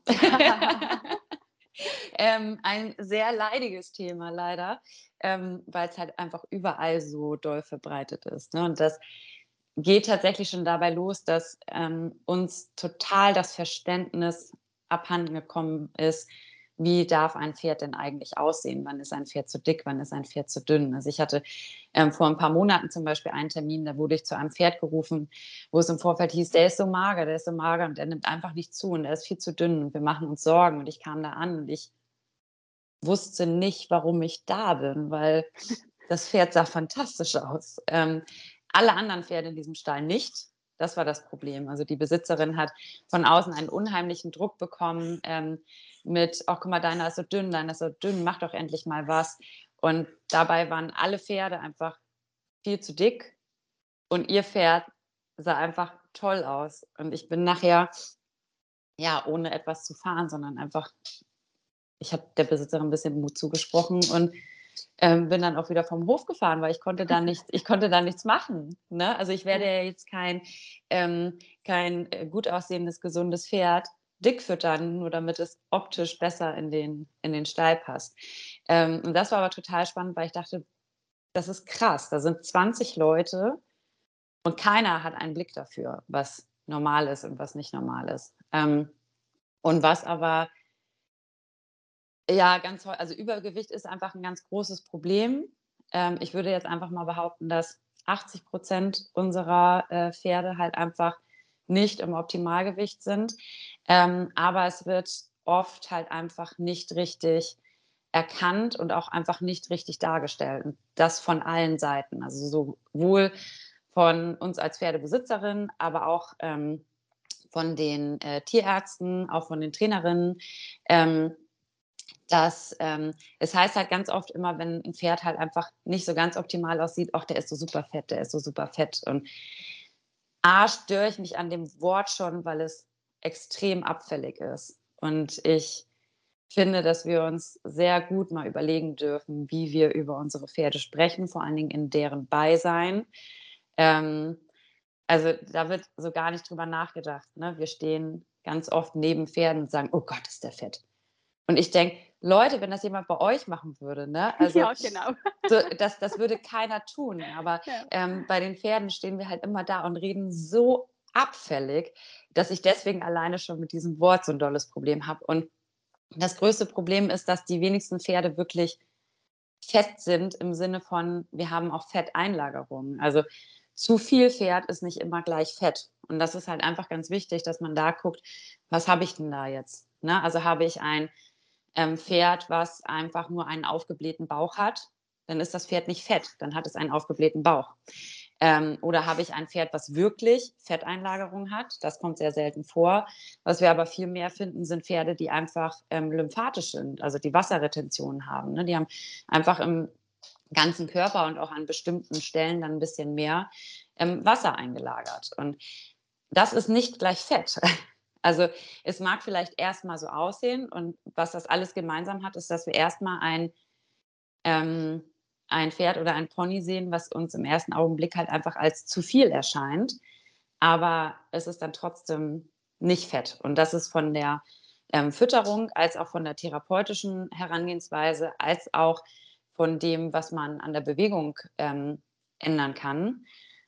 Ähm, ein sehr leidiges Thema leider, ähm, weil's halt einfach überall so doll verbreitet ist, ne? Und das geht tatsächlich schon dabei los, dass, ähm, uns total das Verständnis abhanden gekommen ist: Wie darf ein Pferd denn eigentlich aussehen? Wann ist ein Pferd zu dick? Wann ist ein Pferd zu dünn? Also, ich hatte, ähm, vor ein paar Monaten zum Beispiel einen Termin, da wurde ich zu einem Pferd gerufen, wo es im Vorfeld hieß: „Der ist so mager, der ist so mager und der nimmt einfach nicht zu und er ist viel zu dünn und wir machen uns Sorgen." Und ich kam da an und ich wusste nicht, warum ich da bin, weil das Pferd sah fantastisch aus. Ähm, alle anderen Pferde in diesem Stall nicht. Das war das Problem. Also, die Besitzerin hat von außen einen unheimlichen Druck bekommen, ähm, mit: „Ach, guck mal, deiner ist so dünn, deiner ist so dünn, mach doch endlich mal was." Und dabei waren alle Pferde einfach viel zu dick und ihr Pferd sah einfach toll aus. Und ich bin nachher, ja, ohne etwas zu fahren, sondern einfach ich habe der Besitzerin 'n bisschen Mut zugesprochen und, ähm, bin dann auch wieder vom Hof gefahren, weil ich konnte da nicht ich konnte da nichts machen, ne? Also, ich werde Ja. ja jetzt kein ähm, kein, äh, gut aussehendes, gesundes Pferd dick füttern, nur damit es optisch besser in den in den Stall passt. Ähm, und das war aber total spannend, weil ich dachte: „Das ist krass. Da sind zwanzig Leute und keiner hat einen Blick dafür, was normal ist und was nicht normal ist." Ähm, und was aber ja, ganz häu also, Übergewicht ist einfach 'n ganz großes Problem. Ähm, ich würde jetzt einfach mal behaupten, dass achtzig Prozent unserer, äh, Pferde halt einfach nicht im Optimalgewicht sind. Ähm, aber es wird oft halt einfach nicht richtig erkannt und auch einfach nicht richtig dargestellt. Und das von allen Seiten. Also sowohl von uns als Pferdebesitzerin, aber auch ähm, von den äh, Tierärzten, auch von den Trainerinnen. Ähm, dass ähm, es heißt halt ganz oft immer, wenn ein Pferd halt einfach nicht so ganz optimal aussieht, ach, der ist so super fett, der ist so super fett. Und A, störe ich mich an dem Wort schon, weil es extrem abfällig ist. Und ich finde, dass wir uns sehr gut mal überlegen dürfen, wie wir über unsere Pferde sprechen, vor allen Dingen in deren Beisein. Ähm, also da wird so gar nicht drüber nachgedacht. Ne? Wir stehen ganz oft neben Pferden und sagen, oh Gott, ist der fett. Und ich denke, Leute, wenn das jemand bei euch machen würde, ne? Also Ja, genau. so, das, das würde keiner tun. Aber Ja. ähm, bei den Pferden stehen wir halt immer da und reden so abfällig, dass ich deswegen alleine schon mit diesem Wort so ein dolles Problem habe. Und das größte Problem ist, dass die wenigsten Pferde wirklich fett sind im Sinne von, wir haben auch Fetteinlagerungen. Also zu viel Pferd ist nicht immer gleich Fett. Und das ist halt einfach ganz wichtig, dass man da guckt, was habe ich denn da jetzt? Ne? Also habe ich ein ähm, Pferd, was einfach nur einen aufgeblähten Bauch hat, dann ist das Pferd nicht fett, dann hat es einen aufgeblähten Bauch. Ähm, oder habe ich ein Pferd, was wirklich Fetteinlagerung hat? Das kommt sehr selten vor. Was wir aber viel mehr finden, sind Pferde, die einfach ähm, lymphatisch sind, also die Wasserretention haben. Ne? Die haben einfach im ganzen Körper und auch an bestimmten Stellen dann ein bisschen mehr ähm, Wasser eingelagert. Und das ist nicht gleich Fett. Also es mag vielleicht erstmal so aussehen und was das alles gemeinsam hat, ist, dass wir erstmal ein ähm, ein Pferd oder ein Pony sehen, was uns im ersten Augenblick halt einfach als zu viel erscheint, aber es ist dann trotzdem nicht Fett. Und das ist von der ähm, Fütterung als auch von der therapeutischen Herangehensweise als auch von dem, was man an der Bewegung ähm, ändern kann,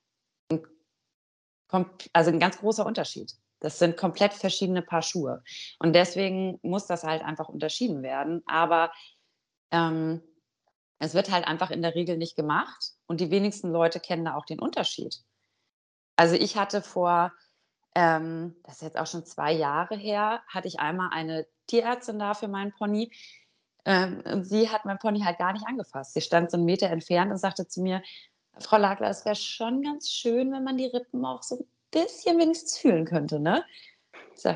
kommt also ein ganz großer Unterschied. Das sind komplett verschiedene Paar Schuhe. Und deswegen muss das halt einfach unterschieden werden. Aber ähm, es wird halt einfach in der Regel nicht gemacht und die wenigsten Leute kennen da auch den Unterschied. Also ich hatte vor, ähm, das ist jetzt auch schon zwei Jahre her, hatte ich einmal eine Tierärztin da für meinen Pony. Ähm, und sie hat mein Pony halt gar nicht angefasst. Sie stand so einen Meter entfernt und sagte zu mir, Frau Lagler, es wäre schon ganz schön, wenn man die Rippen auch so ein bisschen wenigstens fühlen könnte, ne? Ich sage,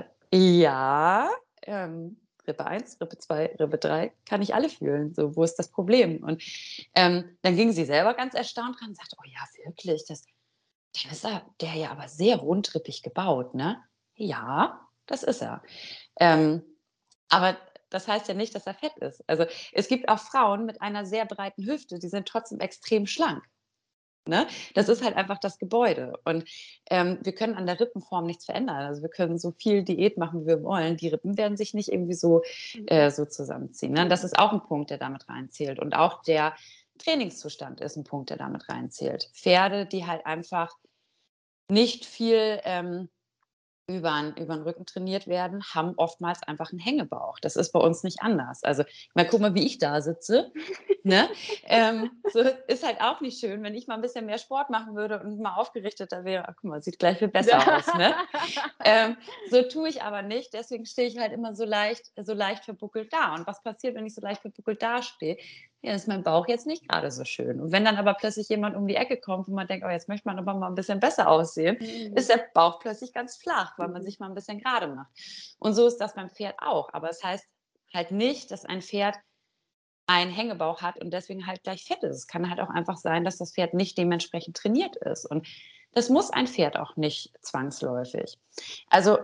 ja, ähm, Rippe eins, Rippe zwei, Rippe drei, kann ich alle fühlen. So, wo ist das Problem? Und ähm, dann ging sie selber ganz erstaunt ran und sagte, oh ja, wirklich, das, dann ist er, der ja aber sehr rundrippig gebaut, ne? Ja, das ist er. Ähm, aber das heißt ja nicht, dass er fett ist. Also es gibt auch Frauen mit einer sehr breiten Hüfte, die sind trotzdem extrem schlank. Ne? Das ist halt einfach das Gebäude. Und ähm, wir können an der Rippenform nichts verändern. Also wir können so viel Diät machen, wie wir wollen. Die Rippen werden sich nicht irgendwie so, äh, so zusammenziehen. Ne? Das ist auch ein Punkt, der damit reinzählt. Und auch der Trainingszustand ist ein Punkt, der damit reinzählt. Pferde, die halt einfach nicht viel ähm, über 'n über 'n Rücken trainiert werden, haben oftmals einfach 'n Hängebauch. Das ist bei uns nicht anders. Also, ich meine, guck mal, wie ich da sitze, ne? Ähm, so ist halt auch nicht schön, wenn ich mal 'n bisschen mehr Sport machen würde und mal aufgerichteter wäre. Ach, guck mal, sieht gleich viel besser aus, ne? Ähm, so tue ich aber nicht, deswegen stehe ich halt immer so leicht so leicht verbuckelt da. Und was passiert, wenn ich so leicht verbuckelt dastehe? Ja, ist mein Bauch jetzt nicht grade so schön. Und wenn dann aber plötzlich jemand um die Ecke kommt, wo man denkt: „Oh, jetzt möchte man aber mal 'n bisschen besser aussehen“, ist Mhm. der Bauch plötzlich ganz flach, weil man Mhm. sich mal 'n bisschen grade macht. Und so ist das beim Pferd auch. Aber es heißt halt nicht, dass ein Pferd einen Hängebauch hat und deswegen halt gleich fett ist. Es kann halt auch einfach sein, dass das Pferd nicht dementsprechend trainiert ist. Und das muss ein Pferd auch nicht zwangsläufig. Also,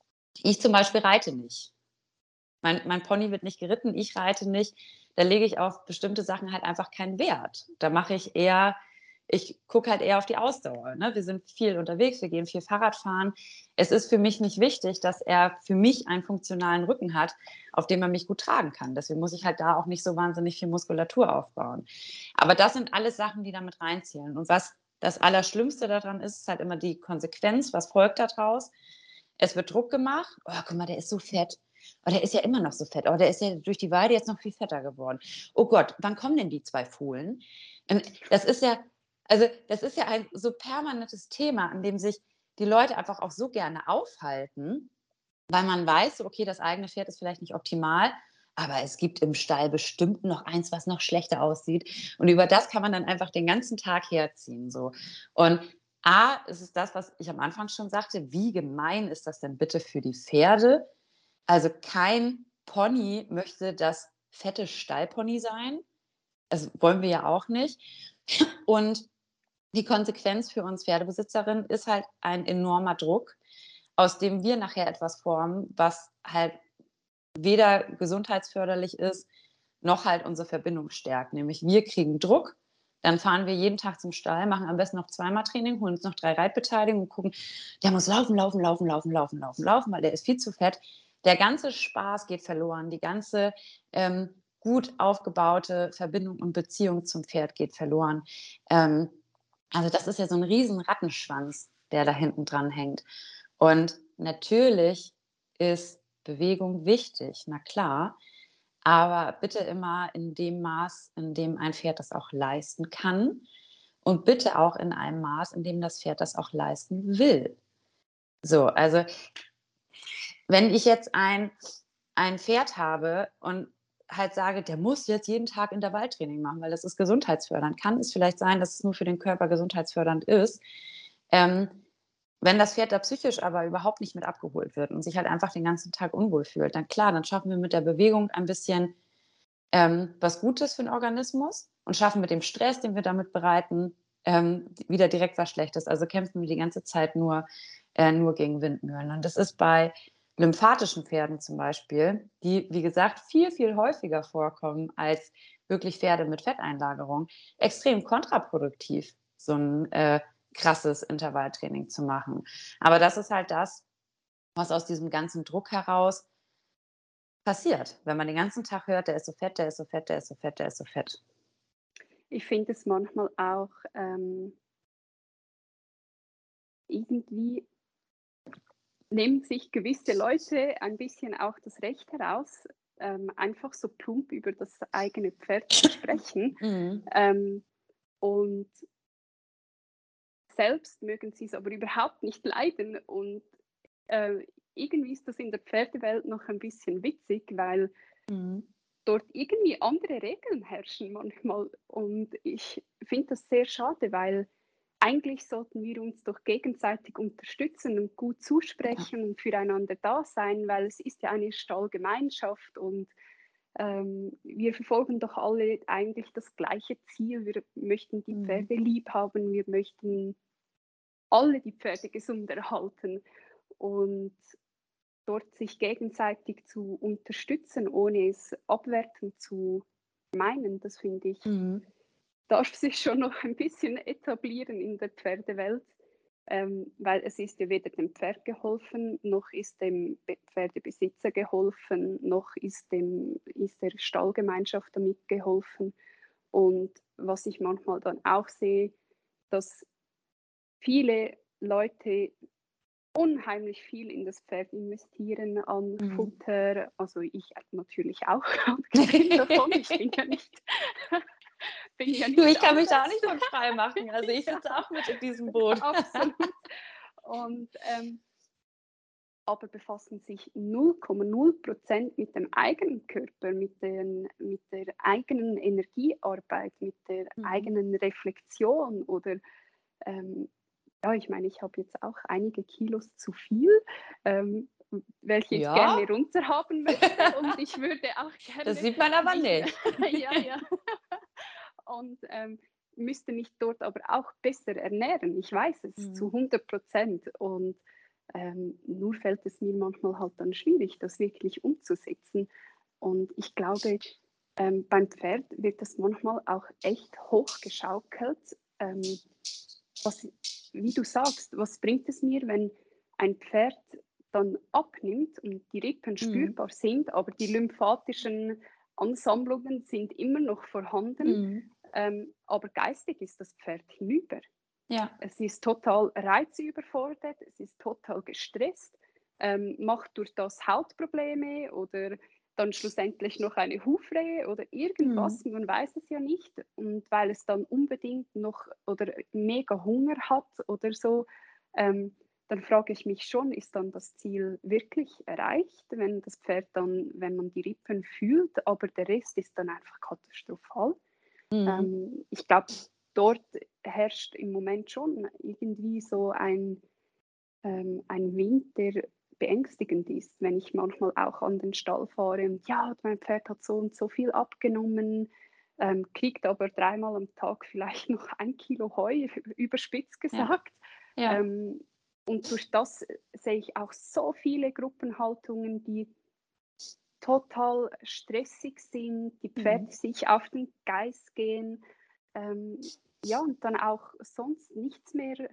ich zum Beispiel reite nicht. Mein mein Pony wird nicht geritten, ich reite nicht. Da lege ich auf bestimmte Sachen halt einfach keinen Wert. Da mache ich eher ich gucke halt eher auf die Ausdauer, ne? Wir sind viel unterwegs, wir gehen viel Fahrrad fahren. Es ist für mich nicht wichtig, dass er für mich einen funktionalen Rücken hat, auf dem er mich gut tragen kann. Deswegen muss ich halt da auch nicht so wahnsinnig viel Muskulatur aufbauen. Aber das sind alles Sachen, die da mit reinzählen. Und was das Allerschlimmste daran ist, ist halt immer die Konsequenz. Was folgt da draus? Es wird Druck gemacht. „Oh, guck mal, der ist so fett. Oh, der ist ja immer noch so fett. Oh, der ist ja durch die Weide jetzt noch viel fetter geworden. Oh Gott, wann kommen denn die zwei Fohlen?“ Ähm, das ist ja also, das ist ja ein so permanentes Thema, an dem sich die Leute einfach auch so gerne aufhalten. weil man weiß, so, okay, das eigene Pferd ist vielleicht nicht optimal, aber es gibt im Stall bestimmt noch eins, was noch schlechter aussieht. Und über das kann man dann einfach den ganzen Tag herziehen. So. Und A, ist es das, was ich am Anfang schon sagte, wie gemein ist das denn bitte für die Pferde? Also kein Pony möchte das fette Stallpony sein. Das wollen wir ja auch nicht. Und die Konsequenz für uns Pferdebesitzerinnen ist halt ein enormer Druck, aus dem wir nachher etwas formen, was halt weder gesundheitsförderlich ist, noch halt unsere Verbindung stärkt. Nämlich wir kriegen Druck, dann fahren wir jeden Tag zum Stall, machen am besten noch zweimal Training, holen uns noch drei Reitbeteiligungen und gucken, der muss laufen, laufen, laufen, laufen, laufen, laufen, laufen, weil der ist viel zu fett. Der ganze Spaß geht verloren, die ganze ähm, gut aufgebaute Verbindung und Beziehung zum Pferd geht verloren. Ähm, also das ist ja so ein riesen Rattenschwanz, der da hinten dran hängt. Und natürlich ist Bewegung wichtig, na klar, aber bitte immer in dem Maß, in dem ein Pferd das auch leisten kann und bitte auch in einem Maß, in dem das Pferd das auch leisten will. So, also wenn ich jetzt ein ein Pferd habe und halt sage, der muss jetzt jeden Tag Intervalltraining machen, weil das ist gesundheitsfördernd, kann es vielleicht sein, dass es nur für den Körper gesundheitsfördernd ist. Ähm, Wenn das Pferd da psychisch aber überhaupt nicht mit abgeholt wird und sich halt einfach den ganzen Tag unwohl fühlt, dann klar, dann schaffen wir mit der Bewegung ein bisschen ähm, was Gutes für den Organismus und schaffen mit dem Stress, den wir damit bereiten, ähm, wieder direkt was Schlechtes. Also kämpfen wir die ganze Zeit nur, äh, nur gegen Windmühlen. Und das ist bei lymphatischen Pferden zum Beispiel, die, wie gesagt, viel, viel häufiger vorkommen als wirklich Pferde mit Fetteinlagerung, extrem kontraproduktiv, so ein äh, krasses Intervalltraining zu machen. Aber das ist halt das, was aus diesem ganzen Druck heraus passiert, wenn man den ganzen Tag hört, der ist so fett, der ist so fett, der ist so fett, der ist so fett. Ich finde es manchmal auch ähm, irgendwie nehmen sich gewisse Leute ein bisschen auch das Recht heraus, ähm, einfach so plump über das eigene Pferd zu sprechen. Mhm. Ähm, und selbst mögen sie es aber überhaupt nicht leiden. Und äh, irgendwie ist das in der Pferdewelt noch ein bisschen witzig, weil Mhm. dort irgendwie andere Regeln herrschen manchmal. Und ich finde das sehr schade, weil eigentlich sollten wir uns doch gegenseitig unterstützen und gut Ja. zusprechen und füreinander da sein, weil es ist ja eine Stallgemeinschaft und ähm, wir verfolgen doch alle eigentlich das gleiche Ziel. Wir möchten die Mhm. Pferde lieb haben, wir möchten alle die Pferde gesund erhalten und dort sich gegenseitig zu unterstützen, ohne es abwertend zu meinen, das finde ich, Mhm. darf sich schon noch ein bisschen etablieren in der Pferdewelt, ähm, weil es ist ja weder dem Pferd geholfen, noch ist dem Pferdebesitzer geholfen, noch ist, dem, ist der Stallgemeinschaft damit geholfen. Und was ich manchmal dann auch sehe, dass viele Leute unheimlich viel in das Pferd investieren an Mhm. Futter. Also ich natürlich auch, abgesehen davon. Ich bin ja nicht, bin ja Du, nicht ich kann mich da auch anders. nicht von frei machen. Also ich Ja, sitze auch mit in diesem Boot. absolut. Und ähm, aber befassen sich null Komma null Prozent mit dem eigenen Körper, mit, den, mit der eigenen Energiearbeit, mit der Mhm. eigenen Reflexion oder ähm, ja, ich meine, ich habe jetzt auch einige Kilos zu viel, ähm, welche ich Ja, gerne runter haben möchte und ich würde auch das gerne sieht man aber mich, nicht. ja, ja, und ähm, müsste mich dort aber auch besser ernähren. Ich weiß es zu Mhm. hundert Prozent und ähm, nur fällt es mir manchmal halt dann schwierig, das wirklich umzusetzen. Und ich glaube, ähm, beim Pferd wird das manchmal auch echt hochgeschaukelt. Ähm, was, wie du sagst, was bringt es mir, wenn ein Pferd dann abnimmt und die Rippen Mhm. spürbar sind, aber die lymphatischen Ansammlungen sind immer noch vorhanden, Mhm. ähm, aber geistig ist das Pferd hinüber. Ja. Es ist total reizüberfordert, es ist total gestresst, ähm, macht durch das Hautprobleme oder dann schlussendlich noch eine Hufrehe oder Mhm. irgendwas, man weiß es ja nicht. Und weil es dann unbedingt noch oder mega Hunger hat oder so, ähm, dann frage ich mich schon, ist dann das Ziel wirklich erreicht, wenn das Pferd dann, wenn man die Rippen fühlt, aber der Rest ist dann einfach katastrophal. Mhm. Ähm, ich glaube, dort herrscht im Moment schon irgendwie so ein, ähm, ein Wind, der beängstigend ist, wenn ich manchmal auch an den Stall fahre und ja, mein Pferd hat so und so viel abgenommen, ähm, kriegt aber dreimal am Tag vielleicht noch ein Kilo Heu, überspitzt Ja, gesagt. ja. Ähm, und durch das sehe ich auch so viele Gruppenhaltungen, die total stressig sind, die Mhm. Pferde sich auf den Geist gehen, ähm, ja, und dann auch sonst nichts mehr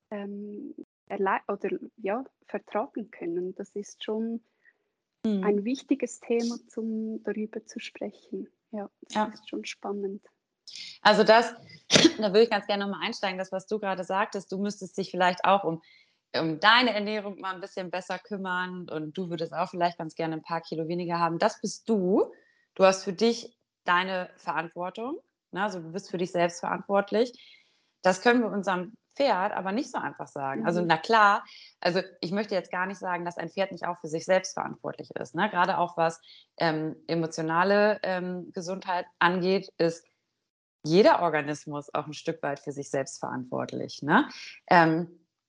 ähm, erlei oder ja, vertragen können. Das ist schon Mhm. ein wichtiges Thema, zum darüber zu sprechen. Ja, das Ja. ist schon spannend. Also das da würde ich ganz gerne noch mal einsteigen, das, was du gerade sagtest. Du müsstest dich vielleicht auch um um deine Ernährung mal ein bisschen besser kümmern und du würdest auch vielleicht ganz gerne ein paar Kilo weniger haben. Das bist du. Du hast für dich deine Verantwortung, ne? Also, du bist für dich selbst verantwortlich. Das können wir unserem Pferd aber nicht so einfach sagen. Also, Mhm. na klar, also, ich möchte jetzt gar nicht sagen, dass ein Pferd nicht auch für sich selbst verantwortlich ist, ne? Grade auch was, ähm, emotionale, ähm, Gesundheit angeht, ist jeder Organismus auch ein Stück weit für sich selbst verantwortlich, ne? Ähm,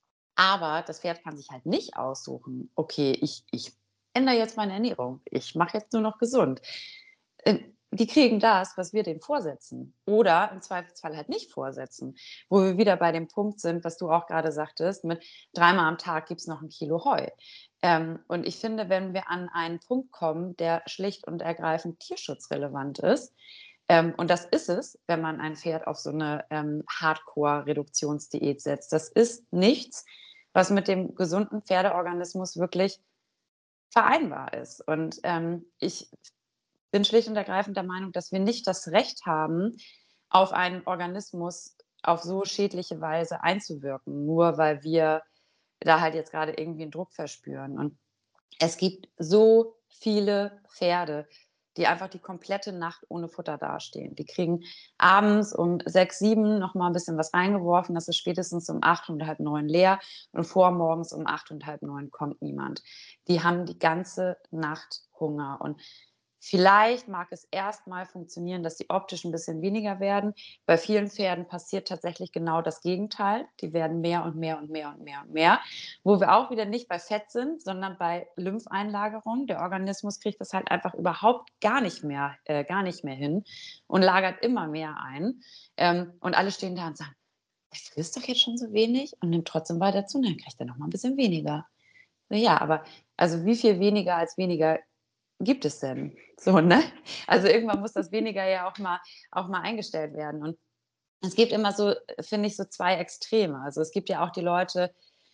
aber das Pferd kann sich halt nicht aussuchen: „Okay, ich ich ändere jetzt meine Ernährung. Ich mache jetzt nur noch gesund.“ Ähm, die kriegen das, was wir denen vorsetzen oder im Zweifelsfall halt nicht vorsetzen, wo wir wieder bei dem Punkt sind, was du auch gerade sagtest, mit dreimal am Tag gibt's noch ein Kilo Heu. Ähm, und ich finde, wenn wir an einen Punkt kommen, der schlicht und ergreifend tierschutzrelevant ist, ähm, und das ist es, wenn man ein Pferd auf so eine ähm, Hardcore-Reduktionsdiät setzt. Das ist nichts, was mit dem gesunden Pferdeorganismus wirklich vereinbar ist. Und ähm, ich bin schlicht und ergreifend der Meinung, dass wir nicht das Recht haben, auf einen Organismus auf so schädliche Weise einzuwirken, nur weil wir da halt jetzt gerade irgendwie einen Druck verspüren. Und es gibt so viele Pferde, die einfach die komplette Nacht ohne Futter dastehen. Die kriegen abends um sechs, sieben noch mal 'n bisschen was reingeworfen. Das ist spätestens um acht und halb neun leer und vormorgens um acht und halb neun kommt niemand. Die haben die ganze Nacht Hunger und vielleicht mag es erst mal funktionieren, dass die optisch ein bisschen weniger werden. Bei vielen Pferden passiert tatsächlich genau das Gegenteil. Die werden mehr und mehr und mehr und mehr und mehr. Wo wir auch wieder nicht bei Fett sind, sondern bei Lympheinlagerung. Der Organismus kriegt das halt einfach überhaupt gar nicht mehr äh, gar nicht mehr hin und lagert immer mehr ein. Ähm, und alle stehen da und sagen: „Das frisst doch jetzt schon so wenig und nimmt trotzdem weiter zu, dann kriegt er noch mal 'n bisschen weniger.“ Na ja, aber also wie viel weniger als weniger gibt es denn? So, ne? Also irgendwann muss das weniger ja auch mal auch mal eingestellt werden. Und es gibt immer so, finde ich, so zwei Extreme. Also, es gibt ja auch die Leute,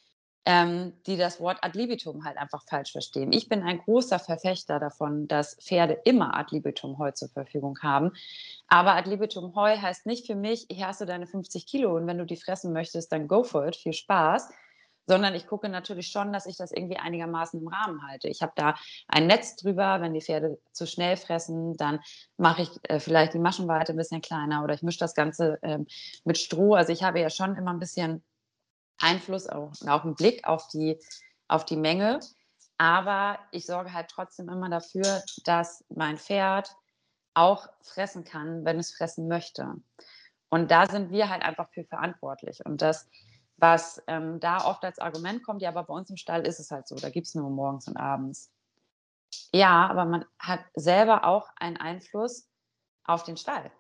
ähm, die das Wort ad libitum halt einfach falsch verstehen. Ich bin ein großer Verfechter davon, dass Pferde immer ad libitum Heu zur Verfügung haben. Aber ad libitum Heu heißt nicht für mich: „Hier hast du deine fünfzig Kilo und wenn du die fressen möchtest, dann go for it, viel Spaß.“ Sondern ich gucke natürlich schon, dass ich das irgendwie einigermaßen im Rahmen halte. Ich habe da ein Netz drüber. Wenn die Pferde zu schnell fressen, dann mache ich, äh, vielleicht die Maschenweite ein bisschen kleiner oder ich mische das Ganze, ähm, mit Stroh. Also, ich habe ja schon immer ein bisschen Einfluss auch auch 'n Blick auf die auf die Menge. Aber ich sorge halt trotzdem immer dafür, dass mein Pferd auch fressen kann, wenn es fressen möchte. Und da sind wir halt einfach für verantwortlich. Und das, was, ähm, da oft als Argument kommt: „Ja, aber bei uns im Stall ist es halt so, da gibt's nur morgens und abends.“ Ja, aber man hat selber auch einen Einfluss auf den Stall.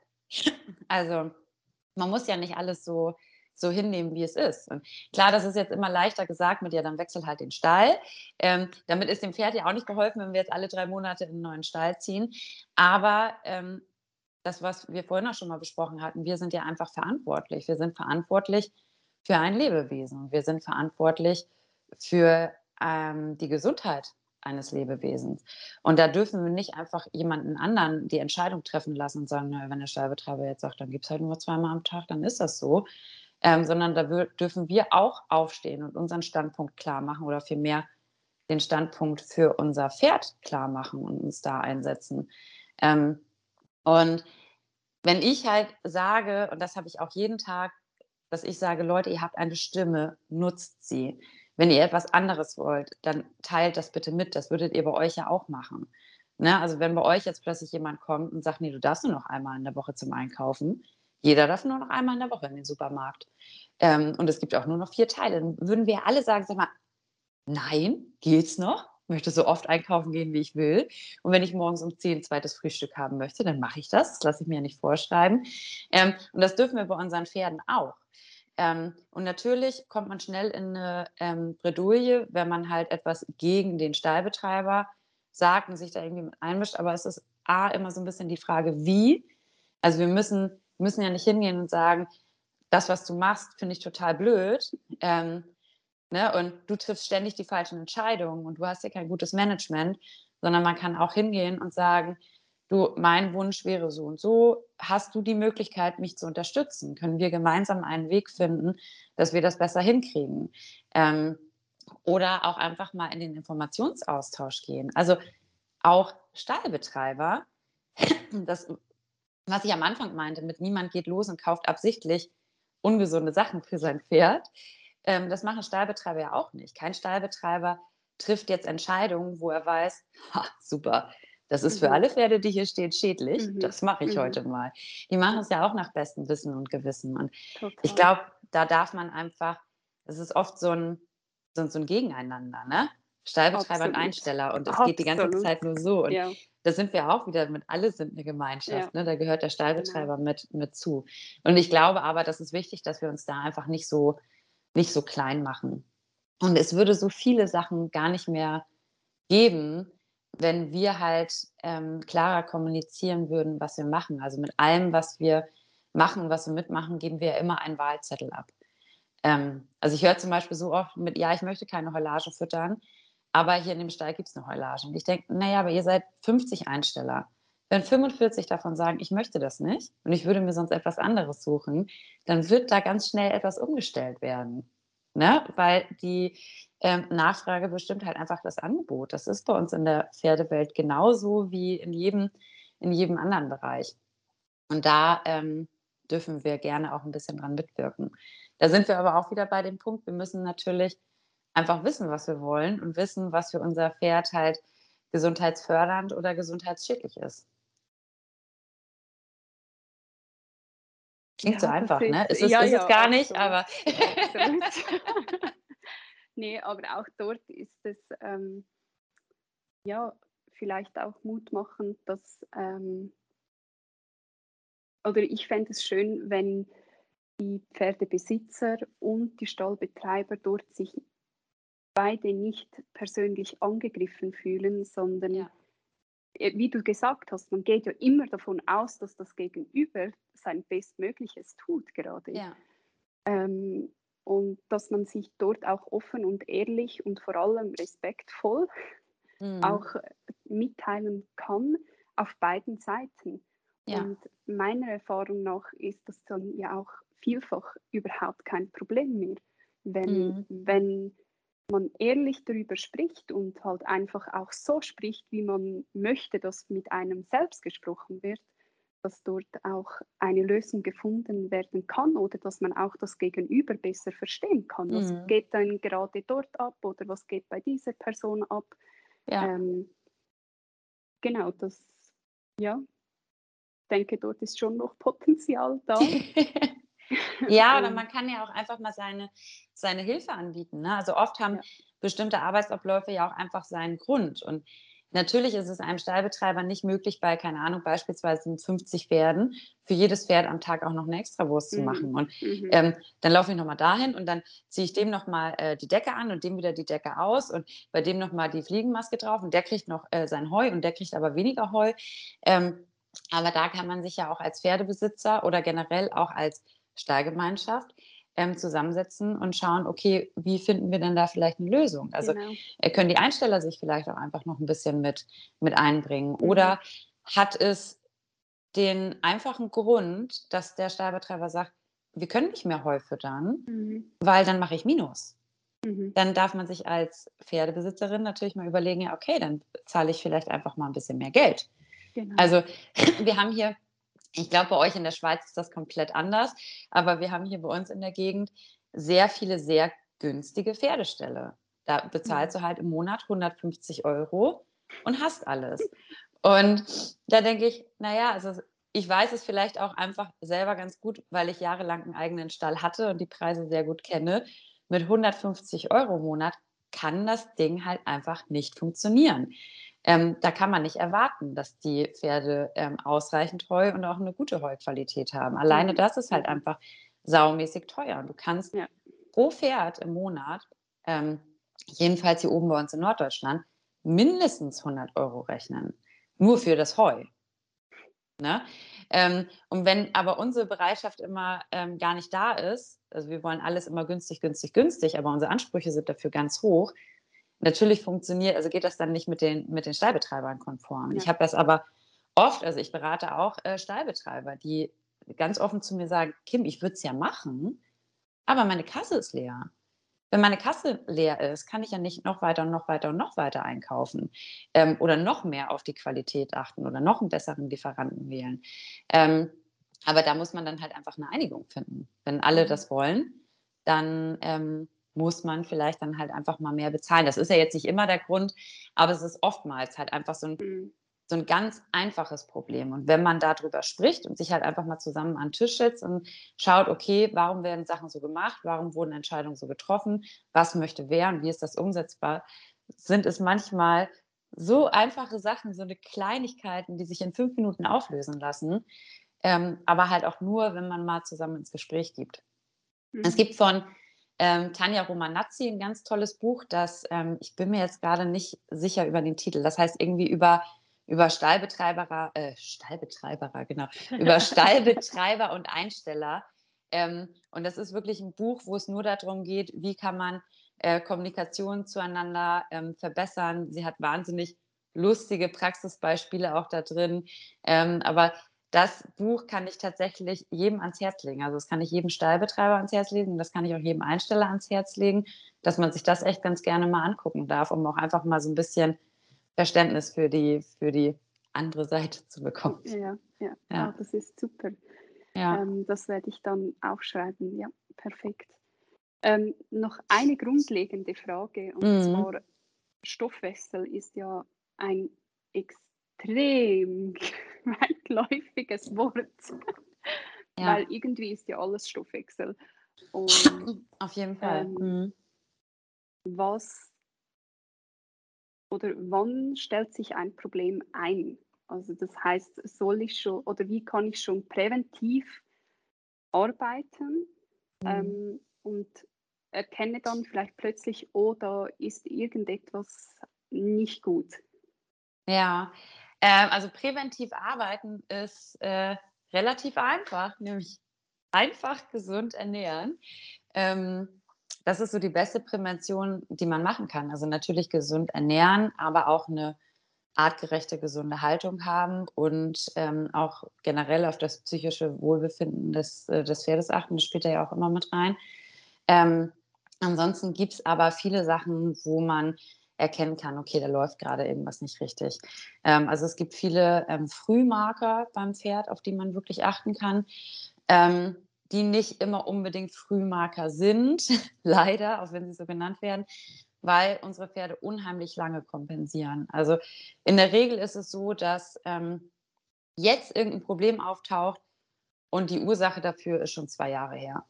Also, man muss ja nicht alles so so hinnehmen, wie es ist. Und klar, das ist jetzt immer leichter gesagt mit: „Ja, dann wechsel halt den Stall.“ Ähm, damit ist dem Pferd ja auch nicht geholfen, wenn wir jetzt alle drei Monate in 'n neuen Stall ziehen. Aber, ähm, das, was wir vorhin auch schon mal besprochen hatten, wir sind ja einfach verantwortlich. Wir sind verantwortlich für ein Lebewesen. Wir sind verantwortlich für, ähm, die Gesundheit eines Lebewesens. Und da dürfen wir nicht einfach jemanden anderen die Entscheidung treffen lassen und sagen: „Na ja, wenn der Stallbetreiber jetzt sagt, dann gibt's halt nur zweimal am Tag, dann ist das so.“ Ähm, sondern da wür dürfen wir auch aufstehen und unseren Standpunkt klar machen oder vielmehr den Standpunkt für unser Pferd klar machen und uns da einsetzen. Ähm, und wenn ich halt sage, und das habe ich auch jeden Tag, dass ich sage: „Leute, ihr habt eine Stimme, nutzt sie.“ Wenn ihr etwas anderes wollt, dann teilt das bitte mit. Das würdet ihr bei euch ja auch machen. Ne? Also wenn bei euch jetzt plötzlich jemand kommt und sagt, nee, du darfst nur noch einmal in der Woche zum Einkaufen. Jeder darf nur noch einmal in der Woche in den Supermarkt. Ähm, und es gibt auch nur noch vier Teile. Dann würden wir alle sagen, sag mal, nein, geht's noch? Ich möchte so oft einkaufen gehen, wie ich will. Und wenn ich morgens um zehn ein zweites Frühstück haben möchte, dann mache ich das. Das lasse ich mir ja nicht vorschreiben. Ähm, und das dürfen wir bei unseren Pferden auch. Ähm, und natürlich kommt man schnell in eine ähm, Bredouille, wenn man halt etwas gegen den Stallbetreiber sagt und sich da irgendwie mit einmischt. Aber es ist A, immer so ein bisschen die Frage, wie. Also wir müssen, müssen ja nicht hingehen und sagen, das, was du machst, finde ich total blöd. Ähm, ne? Und du triffst ständig die falschen Entscheidungen und du hast ja kein gutes Management, sondern man kann auch hingehen und sagen, du, mein Wunsch wäre so und so, hast du die Möglichkeit, mich zu unterstützen? Können wir gemeinsam einen Weg finden, dass wir das besser hinkriegen? Ähm, oder auch einfach mal in den Informationsaustausch gehen. Also auch Stallbetreiber, das, was ich am Anfang meinte, mit niemand geht los und kauft absichtlich ungesunde Sachen für sein Pferd. Ähm, das machen Stallbetreiber ja auch nicht. Kein Stallbetreiber trifft jetzt Entscheidungen, wo er weiß, ha, super, das ist für Mhm. alle Pferde, die hier stehen, schädlich. Mhm. Das mache ich Mhm. heute mal. Die machen Ja, es ja auch nach bestem Wissen und Gewissen. Und ich total. glaube, da darf man einfach, es ist oft so ein, so ein, so ein Gegeneinander, ne? Stallbetreiber und Absolut. Einsteller. Und es geht die ganze Absolut. Zeit nur so. Und Ja, da sind wir auch wieder mit, alle sind eine ja, Gemeinschaft. Ne? Da gehört der genau. Stallbetreiber mit, mit zu. Und ich glaube aber, das ist wichtig, dass wir uns da einfach nicht so, nicht so klein machen. Und es würde so viele Sachen gar nicht mehr geben, wenn wir halt ähm, klarer kommunizieren würden, was wir machen. Also mit allem, was wir machen, was wir mitmachen, geben wir ja immer einen Wahlzettel ab. Ähm, also ich höre zum Beispiel so oft mit, ja, ich möchte keine Heulage füttern, aber hier in dem Stall gibt es eine Heulage. Und ich denke, naja, aber ihr seid fünfzig Einsteller. Wenn fünfundvierzig davon sagen, ich möchte das nicht und ich würde mir sonst etwas anderes suchen, dann wird da ganz schnell etwas umgestellt werden. Ne? Weil die ähm, Nachfrage bestimmt halt einfach das Angebot. Das ist bei uns in der Pferdewelt genauso wie in jedem, in jedem anderen Bereich. Und da ähm, dürfen wir gerne auch ein bisschen dran mitwirken. Da sind wir aber auch wieder bei dem Punkt, wir müssen natürlich einfach wissen, was wir wollen und wissen, was für unser Pferd halt gesundheitsfördernd oder gesundheitsschädlich ist. Klingt so Ja, das einfach, ne? ist Ist es ja, ist es ja, gar nicht, absolut, aber absolut. Ne, aber auch dort ist es, ähm, ja, vielleicht auch Mut machen, dass, ähm oder ich fände es schön, wenn die Pferdebesitzer und die Stallbetreiber dort sich beide nicht persönlich angegriffen fühlen, sondern, ja, äh, wie du gesagt hast, man geht ja immer davon aus, dass das Gegenüber sein Bestmögliches tut gerade. ja. Ähm, und dass man sich dort auch offen und ehrlich und vor allem respektvoll Mhm. auch äh, mitteilen kann auf beiden Seiten. Ja. Und meiner Erfahrung nach ist das dann ja auch vielfach überhaupt kein Problem mehr, wenn, Mhm. wenn man ehrlich darüber spricht und halt einfach auch so spricht, wie man möchte, dass mit einem selbst gesprochen wird, dass dort auch eine Lösung gefunden werden kann oder dass man auch das Gegenüber besser verstehen kann. Was Mhm. geht dann gerade dort ab oder was geht bei dieser Person ab? Ja. Ähm, genau, das, ja, denke, dort ist schon noch Potenzial da. Ja, oder Und man kann ja auch einfach mal seine seine Hilfe anbieten, ne? Also, oft haben ja, bestimmte Arbeitsabläufe ja auch einfach seinen Grund. Und natürlich ist es einem Stallbetreiber nicht möglich, bei, keine Ahnung, beispielsweise fünfzig Pferden für jedes Pferd am Tag auch noch eine Extrawurst zu mhm, machen. Und, mhm, ähm, dann laufe ich noch mal dahin und dann ziehe ich dem noch mal, äh, die Decke an und dem wieder die Decke aus und bei dem noch mal die Fliegenmaske drauf und der kriegt noch, äh, sein Heu und der kriegt aber weniger Heu. Ähm, aber da kann man sich ja auch als Pferdebesitzer oder generell auch als Stallgemeinschaft ähm, zusammensetzen und schauen, okay, wie finden wir denn da vielleicht eine Lösung? Also genau. äh, können die Einsteller sich vielleicht auch einfach noch ein bisschen mit, mit einbringen? Mhm, Oder hat es den einfachen Grund, dass der Stallbetreiber sagt, wir können nicht mehr Heu füttern, mhm, weil dann mache ich Minus. mhm, Dann darf man sich als Pferdebesitzerin natürlich mal überlegen, ja, okay, dann zahle ich vielleicht einfach mal ein bisschen mehr Geld. genau. Also wir haben hier, ich glaube, bei euch in der Schweiz ist das komplett anders, aber wir haben hier bei uns in der Gegend sehr viele sehr günstige Pferdestelle. Da bezahlst du halt im Monat hundertfünfzig Euro und hast alles. Und da denke ich, naja, also ich weiß es vielleicht auch einfach selber ganz gut, weil ich jahrelang einen eigenen Stall hatte und die Preise sehr gut kenne. Mit hundertfünfzig Euro im Monat kann das Ding halt einfach nicht funktionieren. Ähm, da kann man nicht erwarten, dass die Pferde ähm, ausreichend Heu und auch eine gute Heuqualität haben. Alleine Mhm. das ist halt Mhm. einfach saumäßig teuer. Du kannst Ja. pro Pferd im Monat, ähm, jedenfalls hier oben bei uns in Norddeutschland, mindestens hundert Euro rechnen. Nur für das Heu. Ne? Ähm, und wenn aber unsere Bereitschaft immer ähm, gar nicht da ist, also wir wollen alles immer günstig, günstig, günstig, aber unsere Ansprüche sind dafür ganz hoch, natürlich funktioniert, also geht das dann nicht mit den, mit den Stallbetreibern konform. Ja. Ich habe das aber oft, also ich berate auch äh, Stallbetreiber, die ganz offen zu mir sagen, Kim, ich würde es ja machen, aber meine Kasse ist leer. Wenn meine Kasse leer ist, kann ich ja nicht noch weiter und noch weiter und noch weiter einkaufen, ähm, oder noch mehr auf die Qualität achten oder noch einen besseren Lieferanten wählen. Ähm, aber da muss man dann halt einfach eine Einigung finden. Wenn alle Mhm. das wollen, dann, ähm, muss man vielleicht dann halt einfach mal mehr bezahlen. Das ist ja jetzt nicht immer der Grund, aber es ist oftmals halt einfach so ein Mhm. so ein ganz einfaches Problem. Und wenn man darüber spricht und sich halt einfach mal zusammen an 'n Tisch setzt und schaut: „Okay, warum werden Sachen so gemacht? Warum wurden Entscheidungen so getroffen? Was möchte wer und wie ist das umsetzbar?“ Sind es manchmal so einfache Sachen, so 'ne Kleinigkeiten, die sich in fünf Minuten auflösen lassen, ähm, aber halt auch nur, wenn man mal zusammen ins Gespräch gibt. Es Mhm. gibt von, ähm, Tanja Romanazzi 'n ganz tolles Buch, das ähm, ich bin mir jetzt grade nicht sicher über den Titel. Das heißt irgendwie über über Stallbetreiberer äh, Stallbetreiberer, genau, über Stallbetreiber und Einsteller. Ähm, und das ist wirklich 'n Buch, wo es nur da drum geht, wie kann man, äh, Kommunikation zueinander, ähm, verbessern. Sie hat wahnsinnig lustige Praxisbeispiele auch da drin. Ähm, aber das Buch kann ich tatsächlich jedem ans Herz legen. Also, das kann ich jedem Stallbetreiber ans Herz legen, das kann ich auch jedem Einsteller ans Herz legen, dass man sich das echt ganz gerne mal angucken darf, um auch einfach mal so 'n bisschen Verständnis für die für die andere Seite zu bekommen. Ja, ja. Ah, Ja, das ist super. ja. Ähm, das werde ich dann aufschreiben. Ja, perfekt. Ähm, noch eine grundlegende Frage, und Mhm. zwar: Stoffwechsel ist ja ein extrem weitläufiges Wort, weil Ja, irgendwie ist ja alles Stoffwechsel. Und auf jeden Fall. ähm, Mhm. was oder wann stellt sich ein Problem ein? Also das heißt, soll ich schon oder wie kann ich schon präventiv arbeiten, Mhm. ähm, und erkenne dann vielleicht plötzlich, oh, da ist irgendetwas nicht gut. Ja, ähm, also präventiv arbeiten ist, äh, relativ einfach, nämlich einfach gesund ernähren. Ähm, das ist so die beste Prävention, die man machen kann. Also natürlich gesund ernähren, aber auch eine artgerechte, gesunde Haltung haben und, ähm, auch generell auf das psychische Wohlbefinden des äh, des Pferdes achten. Das spielt da ja auch immer mit rein. Ähm, ansonsten gibt's aber viele Sachen, wo man erkennen kann, okay, da läuft gerade irgendwas nicht richtig. Ähm, also, es gibt viele, ähm, Frühmarker beim Pferd, auf die man wirklich achten kann, ähm, die nicht immer unbedingt Frühmarker sind, leider, auch wenn sie so genannt werden, weil unsere Pferde unheimlich lange kompensieren. Also, in der Regel ist es so, dass, ähm, jetzt irgendein Problem auftaucht und die Ursache dafür ist schon zwei Jahre her.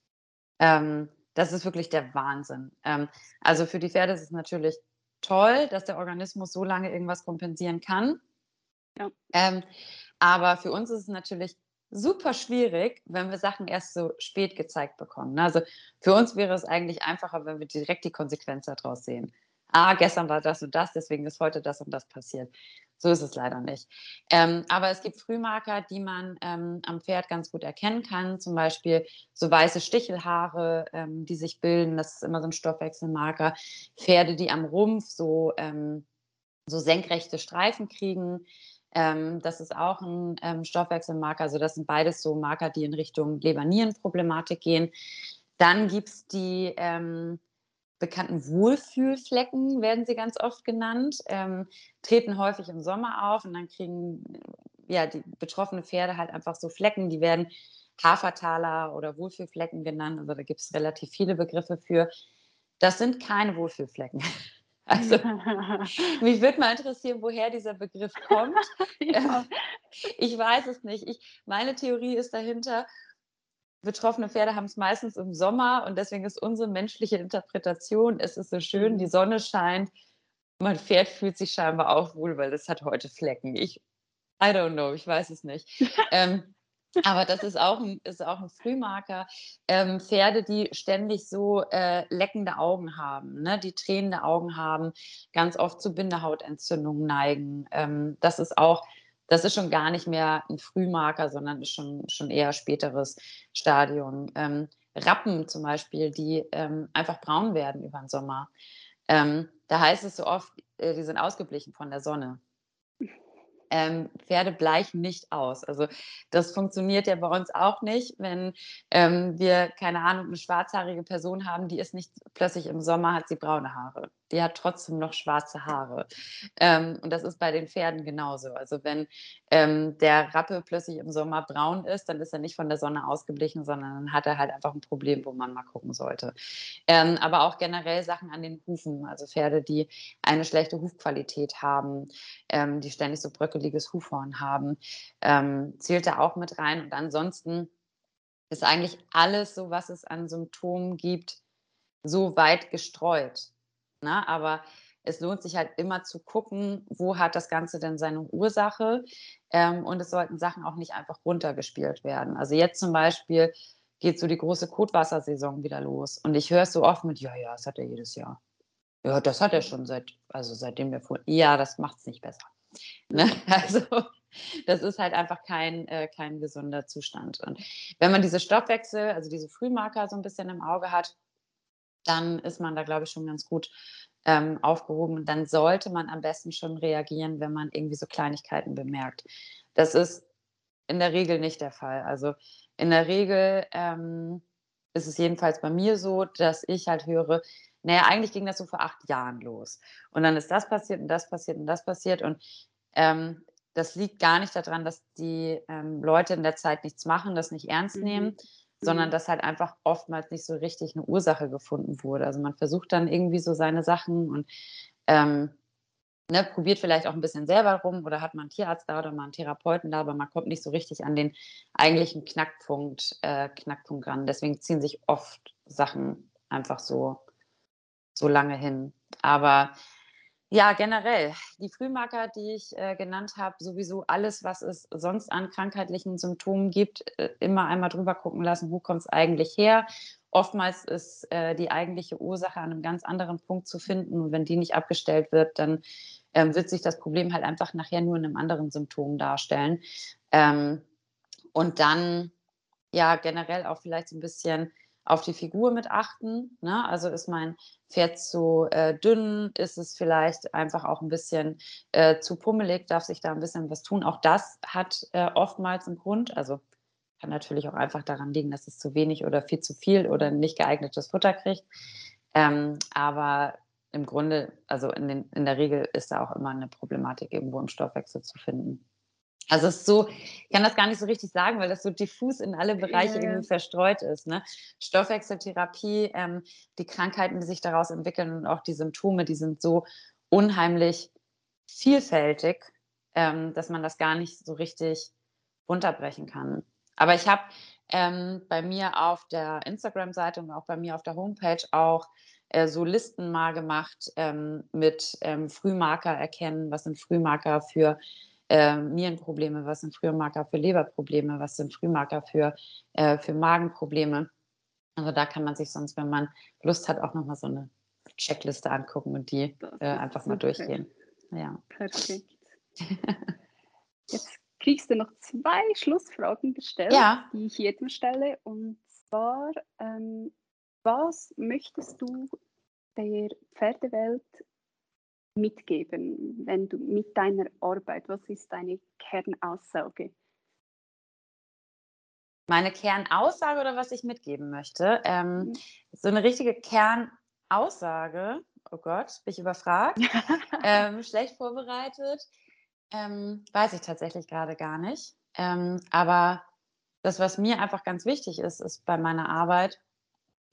Ähm, das ist wirklich der Wahnsinn. Ähm, also, für die Pferde ist es natürlich toll, dass der Organismus so lange irgendwas kompensieren kann. Ja. Ähm, aber für uns ist es natürlich super schwierig, wenn wir Sachen erst so spät gezeigt bekommen, ne? Also, für uns wäre es eigentlich einfacher, wenn wir direkt die Konsequenz da draus sehen. Ah, gestern war das und das, deswegen ist heute das und das passiert. So ist es leider nicht. Ähm, aber es gibt Frühmarker, die man, ähm, am Pferd ganz gut erkennen kann, zum Beispiel so weiße Stichelhaare, ähm, die sich bilden, das ist immer so ein Stoffwechselmarker. Pferde, die am Rumpf so, ähm so senkrechte Streifen kriegen. Ähm, das ist auch ein ähm, Stoffwechselmarker. Also, das sind beides so Marker, die in Richtung Leber-Nieren-Problematik gehen. Dann gibt's die, ähm, bekannten Wohlfühlflecken, werden sie ganz oft genannt, ähm, treten häufig im Sommer auf und dann kriegen, ja, die betroffene Pferde halt einfach so Flecken, die werden Hafertaler oder Wohlfühlflecken genannt. Also, da gibt's relativ viele Begriffe für. Das sind keine Wohlfühlflecken. Also, mich würde mal interessieren, woher dieser Begriff kommt. Ähm, Ja. ich weiß es nicht. Ich meine Theorie ist dahinter, betroffene Pferde haben es meistens im Sommer und deswegen ist unsere menschliche Interpretation, es ist so schön, die Mhm. Sonne scheint, mein Pferd fühlt sich scheinbar auch wohl, weil es hat heute Flecken. Ich I don't know, ich weiß es nicht. Ähm, aber das ist auch 'n ist auch 'n Frühmarker. Ähm, Pferde, die ständig so, äh, leckende Augen haben, ne, die tränende Augen haben, ganz oft zu Bindehautentzündungen neigen. Ähm, das ist auch das ist schon gar nicht mehr 'n Frühmarker, sondern ist schon schon eher späteres Stadium. Ähm, Rappen zum Beispiel, die, ähm, einfach braun werden über 'n Sommer. Ähm, da heißt es so oft, äh, die sind ausgeblichen von der Sonne. Ähm, Pferde bleichen nicht aus. Also, das funktioniert ja bei uns auch nicht, wenn, ähm, wir, keine Ahnung, 'ne schwarzhaarige Person haben, die ist nicht plötzlich im Sommer hat sie braune Haare. Die hat trotzdem noch schwarze Haare. Ähm, und das ist bei den Pferden genauso. Also, wenn, ähm, der Rappe plötzlich im Sommer braun ist, dann ist er nicht von der Sonne ausgeblichen, sondern dann hat er halt einfach 'n Problem, wo man mal gucken sollte. Ähm, aber auch generell Sachen an den Hufen, also Pferde, die eine schlechte Hufqualität haben, ähm, die ständig so bröckeliges Hufhorn haben, ähm, zählt da auch mit rein. Und ansonsten ist eigentlich alles so, was es an Symptomen gibt, so weit gestreut, ne? Aber es lohnt sich halt immer zu gucken, wo hat das Ganze denn seine Ursache? Ähm, und es sollten Sachen auch nicht einfach runtergespielt werden. Also, jetzt zum Beispiel geht so die große Kotwassersaison wieder los und ich höre es so oft mit: „Ja, ja, das hat er jedes Jahr. Ja, das hat er Mhm. schon seit also, seitdem wir vor“ ja, das macht's nicht besser, ne? Nein. Also, das ist halt einfach kein äh, kein gesunder Zustand. Und wenn man diese Stoffwechsel also, diese Frühmarker so 'n bisschen im Auge hat, dann ist man da, glaube ich, schon ganz gut, ähm, aufgehoben. Und dann sollte man am besten schon reagieren, wenn man irgendwie so Kleinigkeiten bemerkt. Das ist in der Regel nicht der Fall. Also, in der Regel, ähm, ist es jedenfalls bei mir so, dass ich halt höre: „Na ja, eigentlich ging das so vor acht Jahren los. Und dann ist das passiert und das passiert und das passiert.“ Und, ähm, das liegt gar nicht da dran, dass die, ähm, Leute in der Zeit nichts machen, das nicht ernst Mhm. nehmen, sondern Mhm. dass halt einfach oftmals nicht so richtig 'ne Ursache gefunden wurde. Also, man versucht dann irgendwie so seine Sachen und, ähm, ne, probiert vielleicht auch 'n bisschen selber rum oder hat mal 'n Tierarzt da oder mal 'n Therapeuten da, aber man kommt nicht so richtig an den eigentlichen Knackpunkt äh, Knackpunkt ran. Deswegen ziehen sich oft Sachen einfach so so lange hin. Aber ja, generell, die Frühmarker, die ich, äh, genannt habe, sowieso alles, was es sonst an krankheitlichen Symptomen gibt, äh, immer einmal drüber gucken lassen, wo kommt's eigentlich her? Oftmals ist, äh, die eigentliche Ursache an 'nem ganz anderen Punkt zu finden und wenn die nicht abgestellt wird, dann, ähm, wird sich das Problem halt einfach nachher nur in 'nem anderen Symptom darstellen. Ähm, und dann, ja, generell auch vielleicht so 'n bisschen auf die Figur mit achten, ne? Also, ist mein Pferd zu, äh, dünn? Ist es vielleicht einfach auch 'n bisschen, äh, zu pummelig? Darf sich da 'n bisschen was tun? Auch das hat, äh, oftmals 'n Grund. Also, kann natürlich auch einfach daran liegen, dass es zu wenig oder viel zu viel oder nicht geeignetes Futter kriegt. Ähm, aber im Grunde also, in den in der Regel ist da auch immer 'ne Problematik irgendwo im Stoffwechsel zu finden. Also, es ist so ich kann das gar nicht so richtig sagen, weil das so diffus in alle Bereiche Ja, irgendwie ja. verstreut ist, ne? Stoffwechseltherapie, ähm, die Krankheiten, die sich daraus entwickeln und auch die Symptome, die sind so unheimlich vielfältig, ähm, dass man das gar nicht so richtig runterbrechen kann. Aber ich habe, ähm, bei mir auf der Instagram-Seite und auch bei mir auf der Homepage auch, äh, so Listen mal gemacht, ähm, mit, ähm, Frühmarker erkennen. Was sind Frühmarker für, ähm, Nierenprobleme? Was sind Frühmarker für Leberprobleme? Was sind Frühmarker für äh, für Magenprobleme? Also, da kann man sich sonst, wenn man Lust hat, auch noch mal so 'ne Checkliste angucken und die, Das äh, ist einfach mal super. durchgehen. Ja. Perfekt. Jetzt kriegst du noch zwei Schlussfragen gestellt, Ja. die ich jedem stelle. Und zwar, ähm, was möchtest du der Pferdewelt mitgeben, wenn du mit deiner Arbeit was ist deine Kernaussage? Meine Kernaussage oder was ich mitgeben möchte? Ähm, Hm. so 'ne richtige Kernaussage oh Gott, bin ich überfragt, ähm, schlecht vorbereitet, ähm, weiß ich tatsächlich grade gar nicht. Ähm, aber das, was mir einfach ganz wichtig ist, ist bei meiner Arbeit,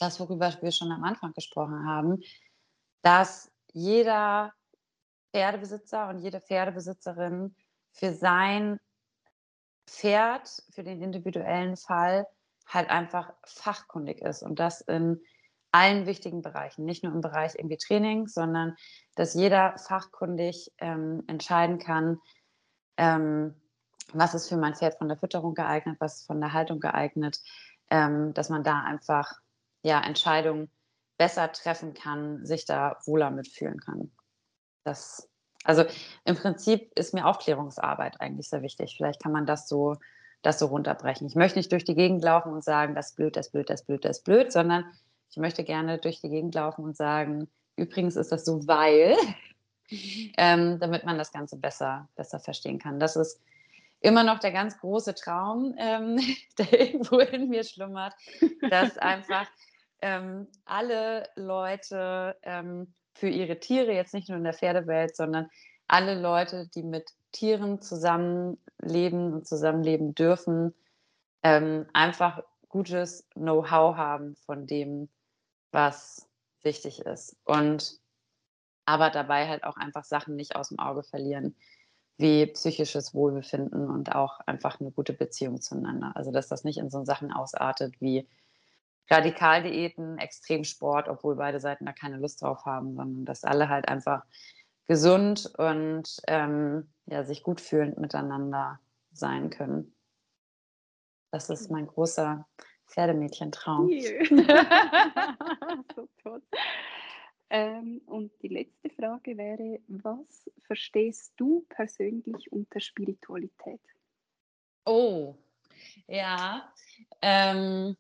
das, worüber wir schon am Anfang gesprochen haben, dass jeder Pferdebesitzer und jede Pferdebesitzerin für sein Pferd, für den individuellen Fall halt einfach fachkundig ist und das in allen wichtigen Bereichen, nicht nur im Bereich irgendwie Training, sondern dass jeder fachkundig ähm, entscheiden kann, ähm, was ist für mein Pferd von der Fütterung geeignet, was ist von der Haltung geeignet, ähm, dass man da einfach ja, Entscheidungen besser treffen kann, sich da wohler mitfühlen kann. Das, also im Prinzip ist mir Aufklärungsarbeit eigentlich sehr wichtig. Vielleicht kann man das so, das so runterbrechen. Ich möchte nicht durch die Gegend laufen und sagen, das ist blöd, das ist blöd, das ist blöd, das ist blöd, sondern ich möchte gerne durch die Gegend laufen und sagen, übrigens ist das so, weil, ähm, damit man das Ganze besser, besser verstehen kann. Das ist immer noch der ganz große Traum, ähm, der irgendwo in mir schlummert, dass einfach ähm, alle Leute ähm, für ihre Tiere, jetzt nicht nur in der Pferdewelt, sondern alle Leute, die mit Tieren zusammenleben und zusammenleben dürfen, ähm, einfach gutes Know-how haben von dem, was wichtig ist. Und aber dabei halt auch einfach Sachen nicht aus dem Auge verlieren, wie psychisches Wohlbefinden und auch einfach eine gute Beziehung zueinander. Also, dass das nicht in so Sachen ausartet wie Radikaldiäten, Extremsport, obwohl beide Seiten da keine Lust drauf haben, sondern dass alle halt einfach gesund und, ähm, ja, sich gut fühlend miteinander sein können. Das ist mein großer Pferdemädchentraum. Hier. So toll. Ähm, und die letzte Frage wäre, was verstehst du persönlich unter Spiritualität? Oh, ja, ähm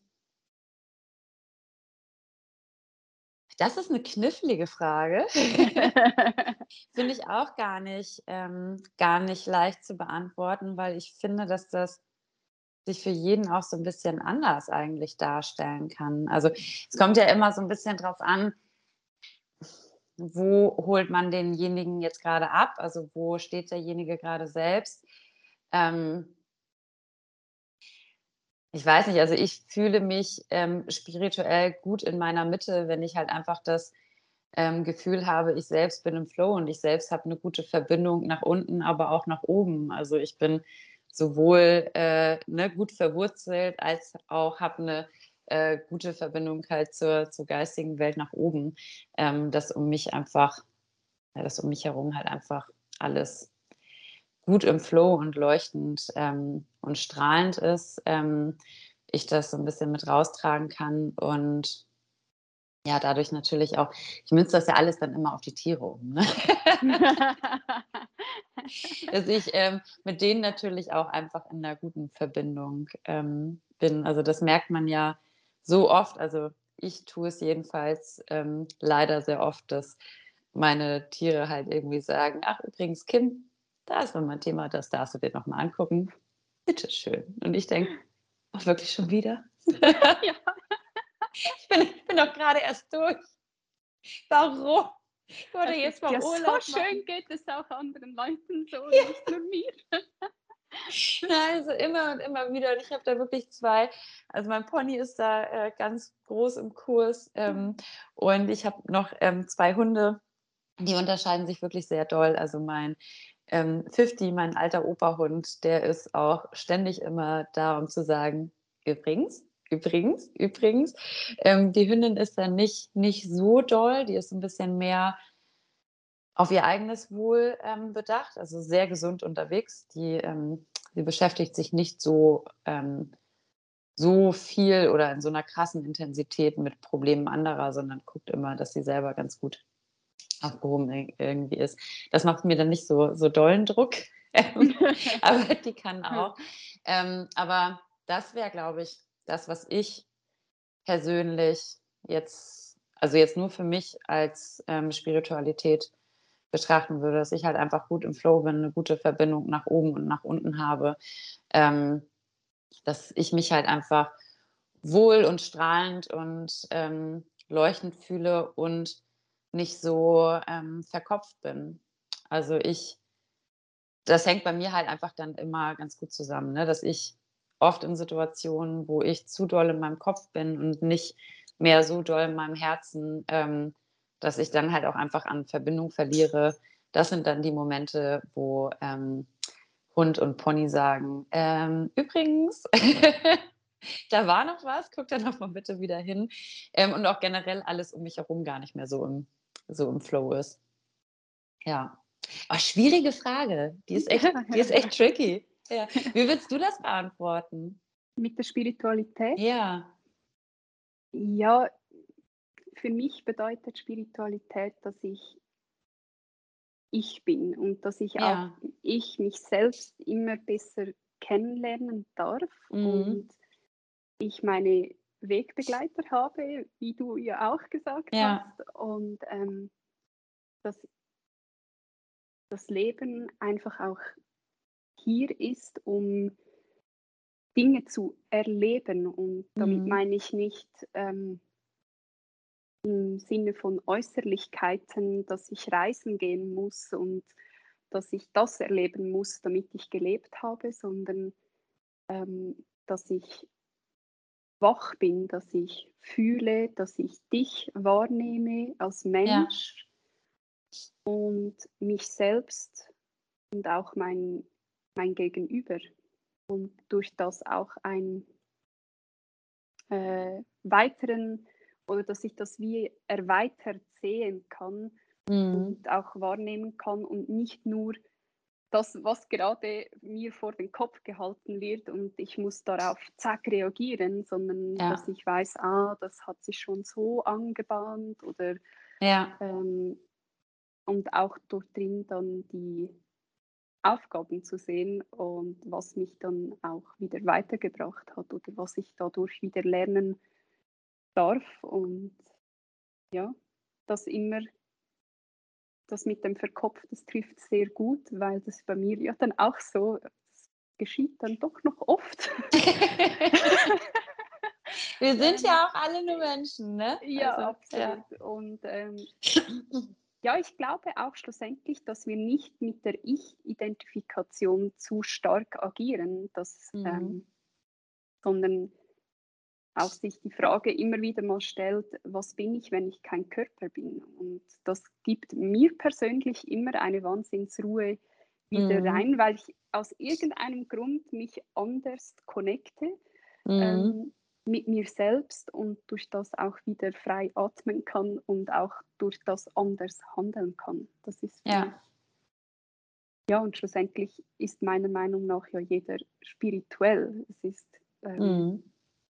das ist 'ne knifflige Frage. Finde ich auch gar nicht ähm, gar nicht leicht zu beantworten, weil ich finde, dass das sich für jeden auch so 'n bisschen anders eigentlich darstellen kann. Also, es kommt ja immer so 'n bisschen drauf an, wo holt man denjenigen jetzt grade ab? Also, wo steht derjenige grade selbst? Ähm, ich weiß nicht, also, ich fühle mich, ähm, spirituell gut in meiner Mitte, wenn ich halt einfach das ähm, Gefühl habe, ich selbst bin im Flow und ich selbst habe eine gute Verbindung nach unten, aber auch nach oben. Also, ich bin sowohl, äh, ne, gut verwurzelt als auch habe eine äh, gute Verbindung halt zur zur geistigen Welt nach oben, ähm, dass um mich einfach ja, dass um mich herum halt einfach alles gut im Flow und leuchtend, ähm, und strahlend ist, ähm, ich das so ein bisschen mit raustragen kann und ja, dadurch natürlich auch ich münze das ja alles dann immer auf die Tiere um, ne? Dass ich, ähm, mit denen natürlich auch einfach in 'ner guten Verbindung, ähm, bin. Also, das merkt man ja so oft. Also, ich tue es jedenfalls, ähm, leider sehr oft, dass meine Tiere halt irgendwie sagen: „Ach übrigens, Kim, da ist noch mal 'n Thema, das darfst du dir noch mal angucken. Bitte schön.“ Und ich denke: „Ach, wirklich schon wieder? Ja, Ich bin ich bin doch grade erst durch. Warum? Ich wollte es jetzt ist mal ja so Urlaub schön, machen. geht es auch anderen Leuten so und nicht nur mir. Ja, also immer und immer wieder. Und ich habe da wirklich zwei. Also mein Pony ist da, äh, ganz groß im Kurs, ähm, und ich habe noch, ähm, zwei Hunde, die unterscheiden sich wirklich sehr doll. Also mein, ähm, Fifty, mein alter Operhund, der ist auch ständig immer da, um zu sagen: „Übrigens, übrigens, übrigens.“ Ähm, die Hündin ist dann nicht nicht so doll, die ist 'n bisschen mehr auf ihr eigenes Wohl, ähm, bedacht, also sehr gesund unterwegs. Die, ähm sie beschäftigt sich nicht so, ähm so viel oder in so einer krassen Intensität mit Problemen anderer, sondern guckt immer, dass sie selber ganz gut aufgehoben ir irgendwie ist. Das macht mir dann nicht so so dollen Druck, ähm, aber die kann auch. Ähm, aber das wäre, glaube ich, das, was ich persönlich jetzt also jetzt nur für mich als, ähm, Spiritualität betrachten würde, dass ich halt einfach gut im Flow bin, 'ne gute Verbindung nach oben und nach unten habe, ähm, dass ich mich halt einfach wohl und strahlend und, ähm, leuchtend fühle und nicht so, ähm, verkopft bin. Also, ich das hängt bei mir halt einfach dann immer ganz gut zusammen, ne, dass ich oft in Situationen, wo ich zu doll in meinem Kopf bin und nicht mehr so doll in meinem Herzen, ähm, dass ich dann halt auch einfach an Verbindung verliere. Das sind dann die Momente, wo, ähm, Hund und Pony sagen: „Ähm, übrigens, da war noch was, guck da noch mal bitte wieder hin." Ähm, und auch generell alles um mich herum gar nicht mehr so im so im Flow ist. Ja. Oh, schwierige Frage. Die ist echt die ist echt tricky. Ja. Wie würdest du das beantworten? Mit der Spiritualität? Ja, Ja, für mich bedeutet Spiritualität, dass ich ich bin und dass ich auch ja. ich mich selbst immer besser kennenlernen darf Mhm. und ich meine Wegbegleiter habe, wie du ja auch gesagt Ja, hast, und, ähm, dass das Leben einfach auch hier ist, um Dinge zu erleben. Und damit mhm. meine ich nicht, ähm, im Sinne von Äußerlichkeiten, dass ich reisen gehen muss und dass ich das erleben muss, damit ich gelebt habe, sondern, ähm, dass ich wach bin, dass ich fühle, dass ich dich wahrnehme als Ja, Mensch und mich selbst und auch mein mein Gegenüber und durch das auch ein äh, weiteren oder dass ich das wie erweitert sehen kann mhm. und auch wahrnehmen kann und nicht nur das, was gerade mir vor den Kopf gehalten wird und ich muss darauf zack reagieren, sondern dass Ja, ich weiß, ah, das hat sich schon so angebahnt oder ja, ähm, und auch dort drin dann die Aufgaben zu sehen und was mich dann auch wieder weitergebracht hat oder was ich dadurch wieder lernen darf. Und ja, das immer, das mit dem Verkopf, das trifft sehr gut, weil das bei mir ja dann auch so, das geschieht dann doch noch oft. Wir sind ähm, ja auch alle nur Menschen, ne? ja, Also, ja. absolut. Und ähm, ja, ich glaube auch schlussendlich, dass wir nicht mit der Ich-Identifikation zu stark agieren, dass, Mhm. ähm, sondern auch sich die Frage immer wieder mal stellt, was bin ich, wenn ich kein Körper bin? Und das gibt mir persönlich immer eine Wahnsinnsruhe wieder Mhm. rein, weil ich aus irgendeinem Grund mich anders connecte Mhm. ähm, mit mir selbst und durch das auch wieder frei atmen kann und auch durch das anders handeln kann. Das ist für, Ja. ja, und schlussendlich ist meiner Meinung nach ja jeder spirituell. Es ist ähm, Mhm.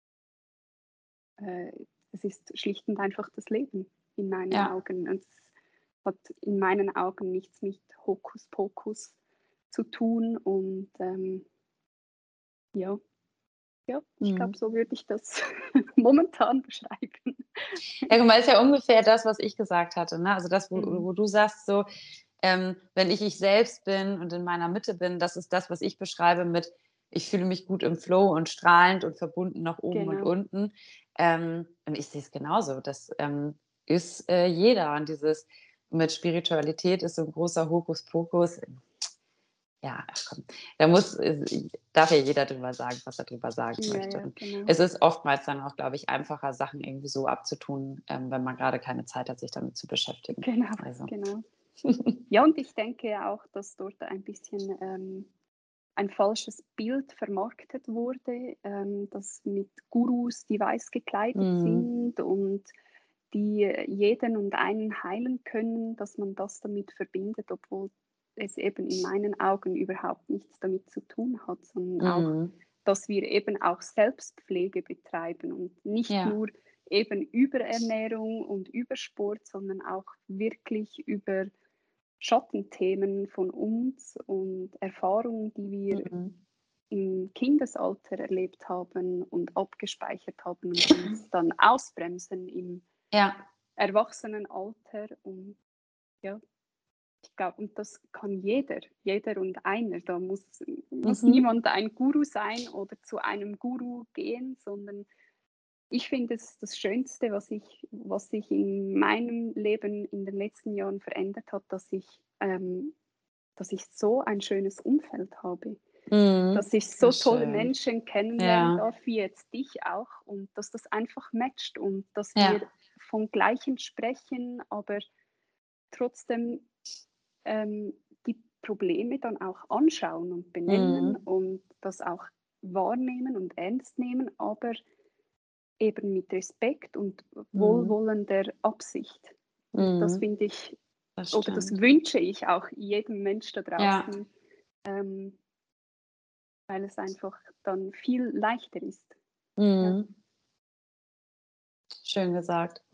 Äh, es ist schlicht und einfach das Leben in meinen Ja. Augen. Und es hat in meinen Augen nichts mit Hokuspokus zu tun. Und ähm, ja, ja, ich Mhm. glaube, so würde ich das momentan beschreiben. Ja, guck mal, ist ja ungefähr das, was ich gesagt hatte, ne? Also das, wo Mhm. wo du sagst so, ähm, wenn ich ich selbst bin und in meiner Mitte bin, das ist das, was ich beschreibe mit: „Ich fühle mich gut im Flow und strahlend und verbunden nach oben und Genau. unten." Ähm, und ich sehe es genauso. Das, ähm, ist, äh, jeder. Und dieses mit Spiritualität ist so 'n großer Hokuspokus. Ja, ach komm, da muss äh, darf ja jeder drüber sagen, was er drüber sagen Ja, möchte. ja, Und genau. es ist oftmals dann auch, glaube ich, einfacher, Sachen irgendwie so abzutun, ähm, wenn man gerade keine Zeit hat, sich damit zu beschäftigen. Genau, Also genau. Ja, und ich denke auch, dass dort ein bisschen ähm, ein falsches Bild vermarktet wurde, ähm, dass mit Gurus, die weiß gekleidet mhm. sind und die jeden und einen heilen können, dass man das damit verbindet, obwohl es eben in meinen Augen überhaupt nichts damit zu tun hat, sondern auch, Mhm. dass wir eben auch Selbstpflege betreiben und nicht Ja. nur eben über Ernährung und über Sport, sondern auch wirklich über Schattenthemen von uns und Erfahrungen, die wir Mhm. im Kindesalter erlebt haben und abgespeichert haben und uns dann ausbremsen im Ja. Erwachsenenalter. Und ja, ich glaube, und das kann jeder, jeder und einer. Da muss, muss Mhm. niemand ein Guru sein oder zu einem Guru gehen, sondern ich finde es das Schönste, was ich, was sich in meinem Leben in den letzten Jahren verändert hat, dass ich, ähm, dass ich so ein schönes Umfeld habe. Mhm. dass ich so Das ist tolle schön. Menschen kennenlernen Ja. darf, wie jetzt dich auch, und dass das einfach matcht und dass Ja. wir vom Gleichen sprechen, aber trotzdem ähm, die Probleme dann auch anschauen und benennen Mhm. und das auch wahrnehmen und ernst nehmen, aber eben mit Respekt und Mhm. wohlwollender Absicht. Und das Mhm. finde ich, Das oder das stimmt. wünsche ich auch jedem Mensch da Ja. draußen, ähm, weil es einfach dann viel leichter ist. Ja. Mhm. Schön gesagt.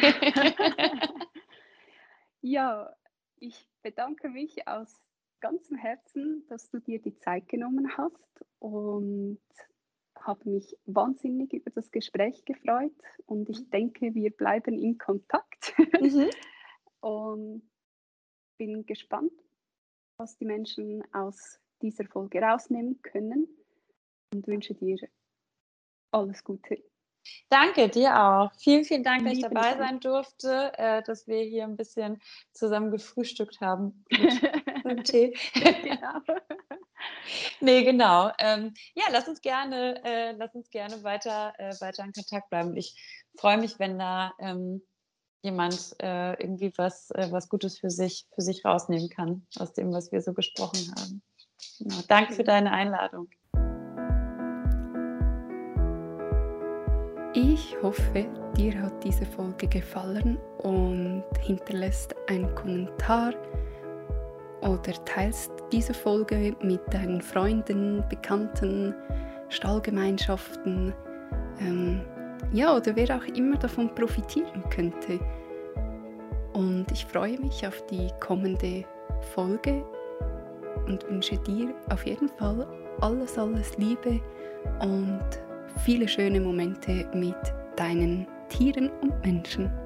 Ja, ich bedanke mich aus ganzem Herzen, dass du dir die Zeit genommen hast und habe mich wahnsinnig über das Gespräch gefreut und ich denke, wir bleiben in Kontakt Mhm. und bin gespannt, was die Menschen aus dieser Folge rausnehmen können und wünsche dir alles Gute. Danke, dir auch. Vielen, vielen Dank, dass ich Lieben dabei Dank. sein durfte, äh, dass wir hier ein bisschen zusammen gefrühstückt haben mit mit Tee. Genau. Ne, genau. Ähm, ja, lass uns gerne äh, lass uns gerne weiter äh, weiter in Kontakt bleiben. Ich freue mich, wenn da, ähm, jemand, äh, irgendwie was äh, was Gutes für sich für sich rausnehmen kann aus dem, was wir so gesprochen haben. Genau. Danke für Schön. deine Einladung. Ich hoffe, dir hat diese Folge gefallen und hinterlässt einen Kommentar oder teilst diese Folge mit deinen Freunden, Bekannten, Stallgemeinschaften, ähm, ja, oder wer auch immer davon profitieren könnte. Und ich freue mich auf die kommende Folge und wünsche dir auf jeden Fall alles, alles Liebe und viele schöne Momente mit deinen Tieren und Menschen.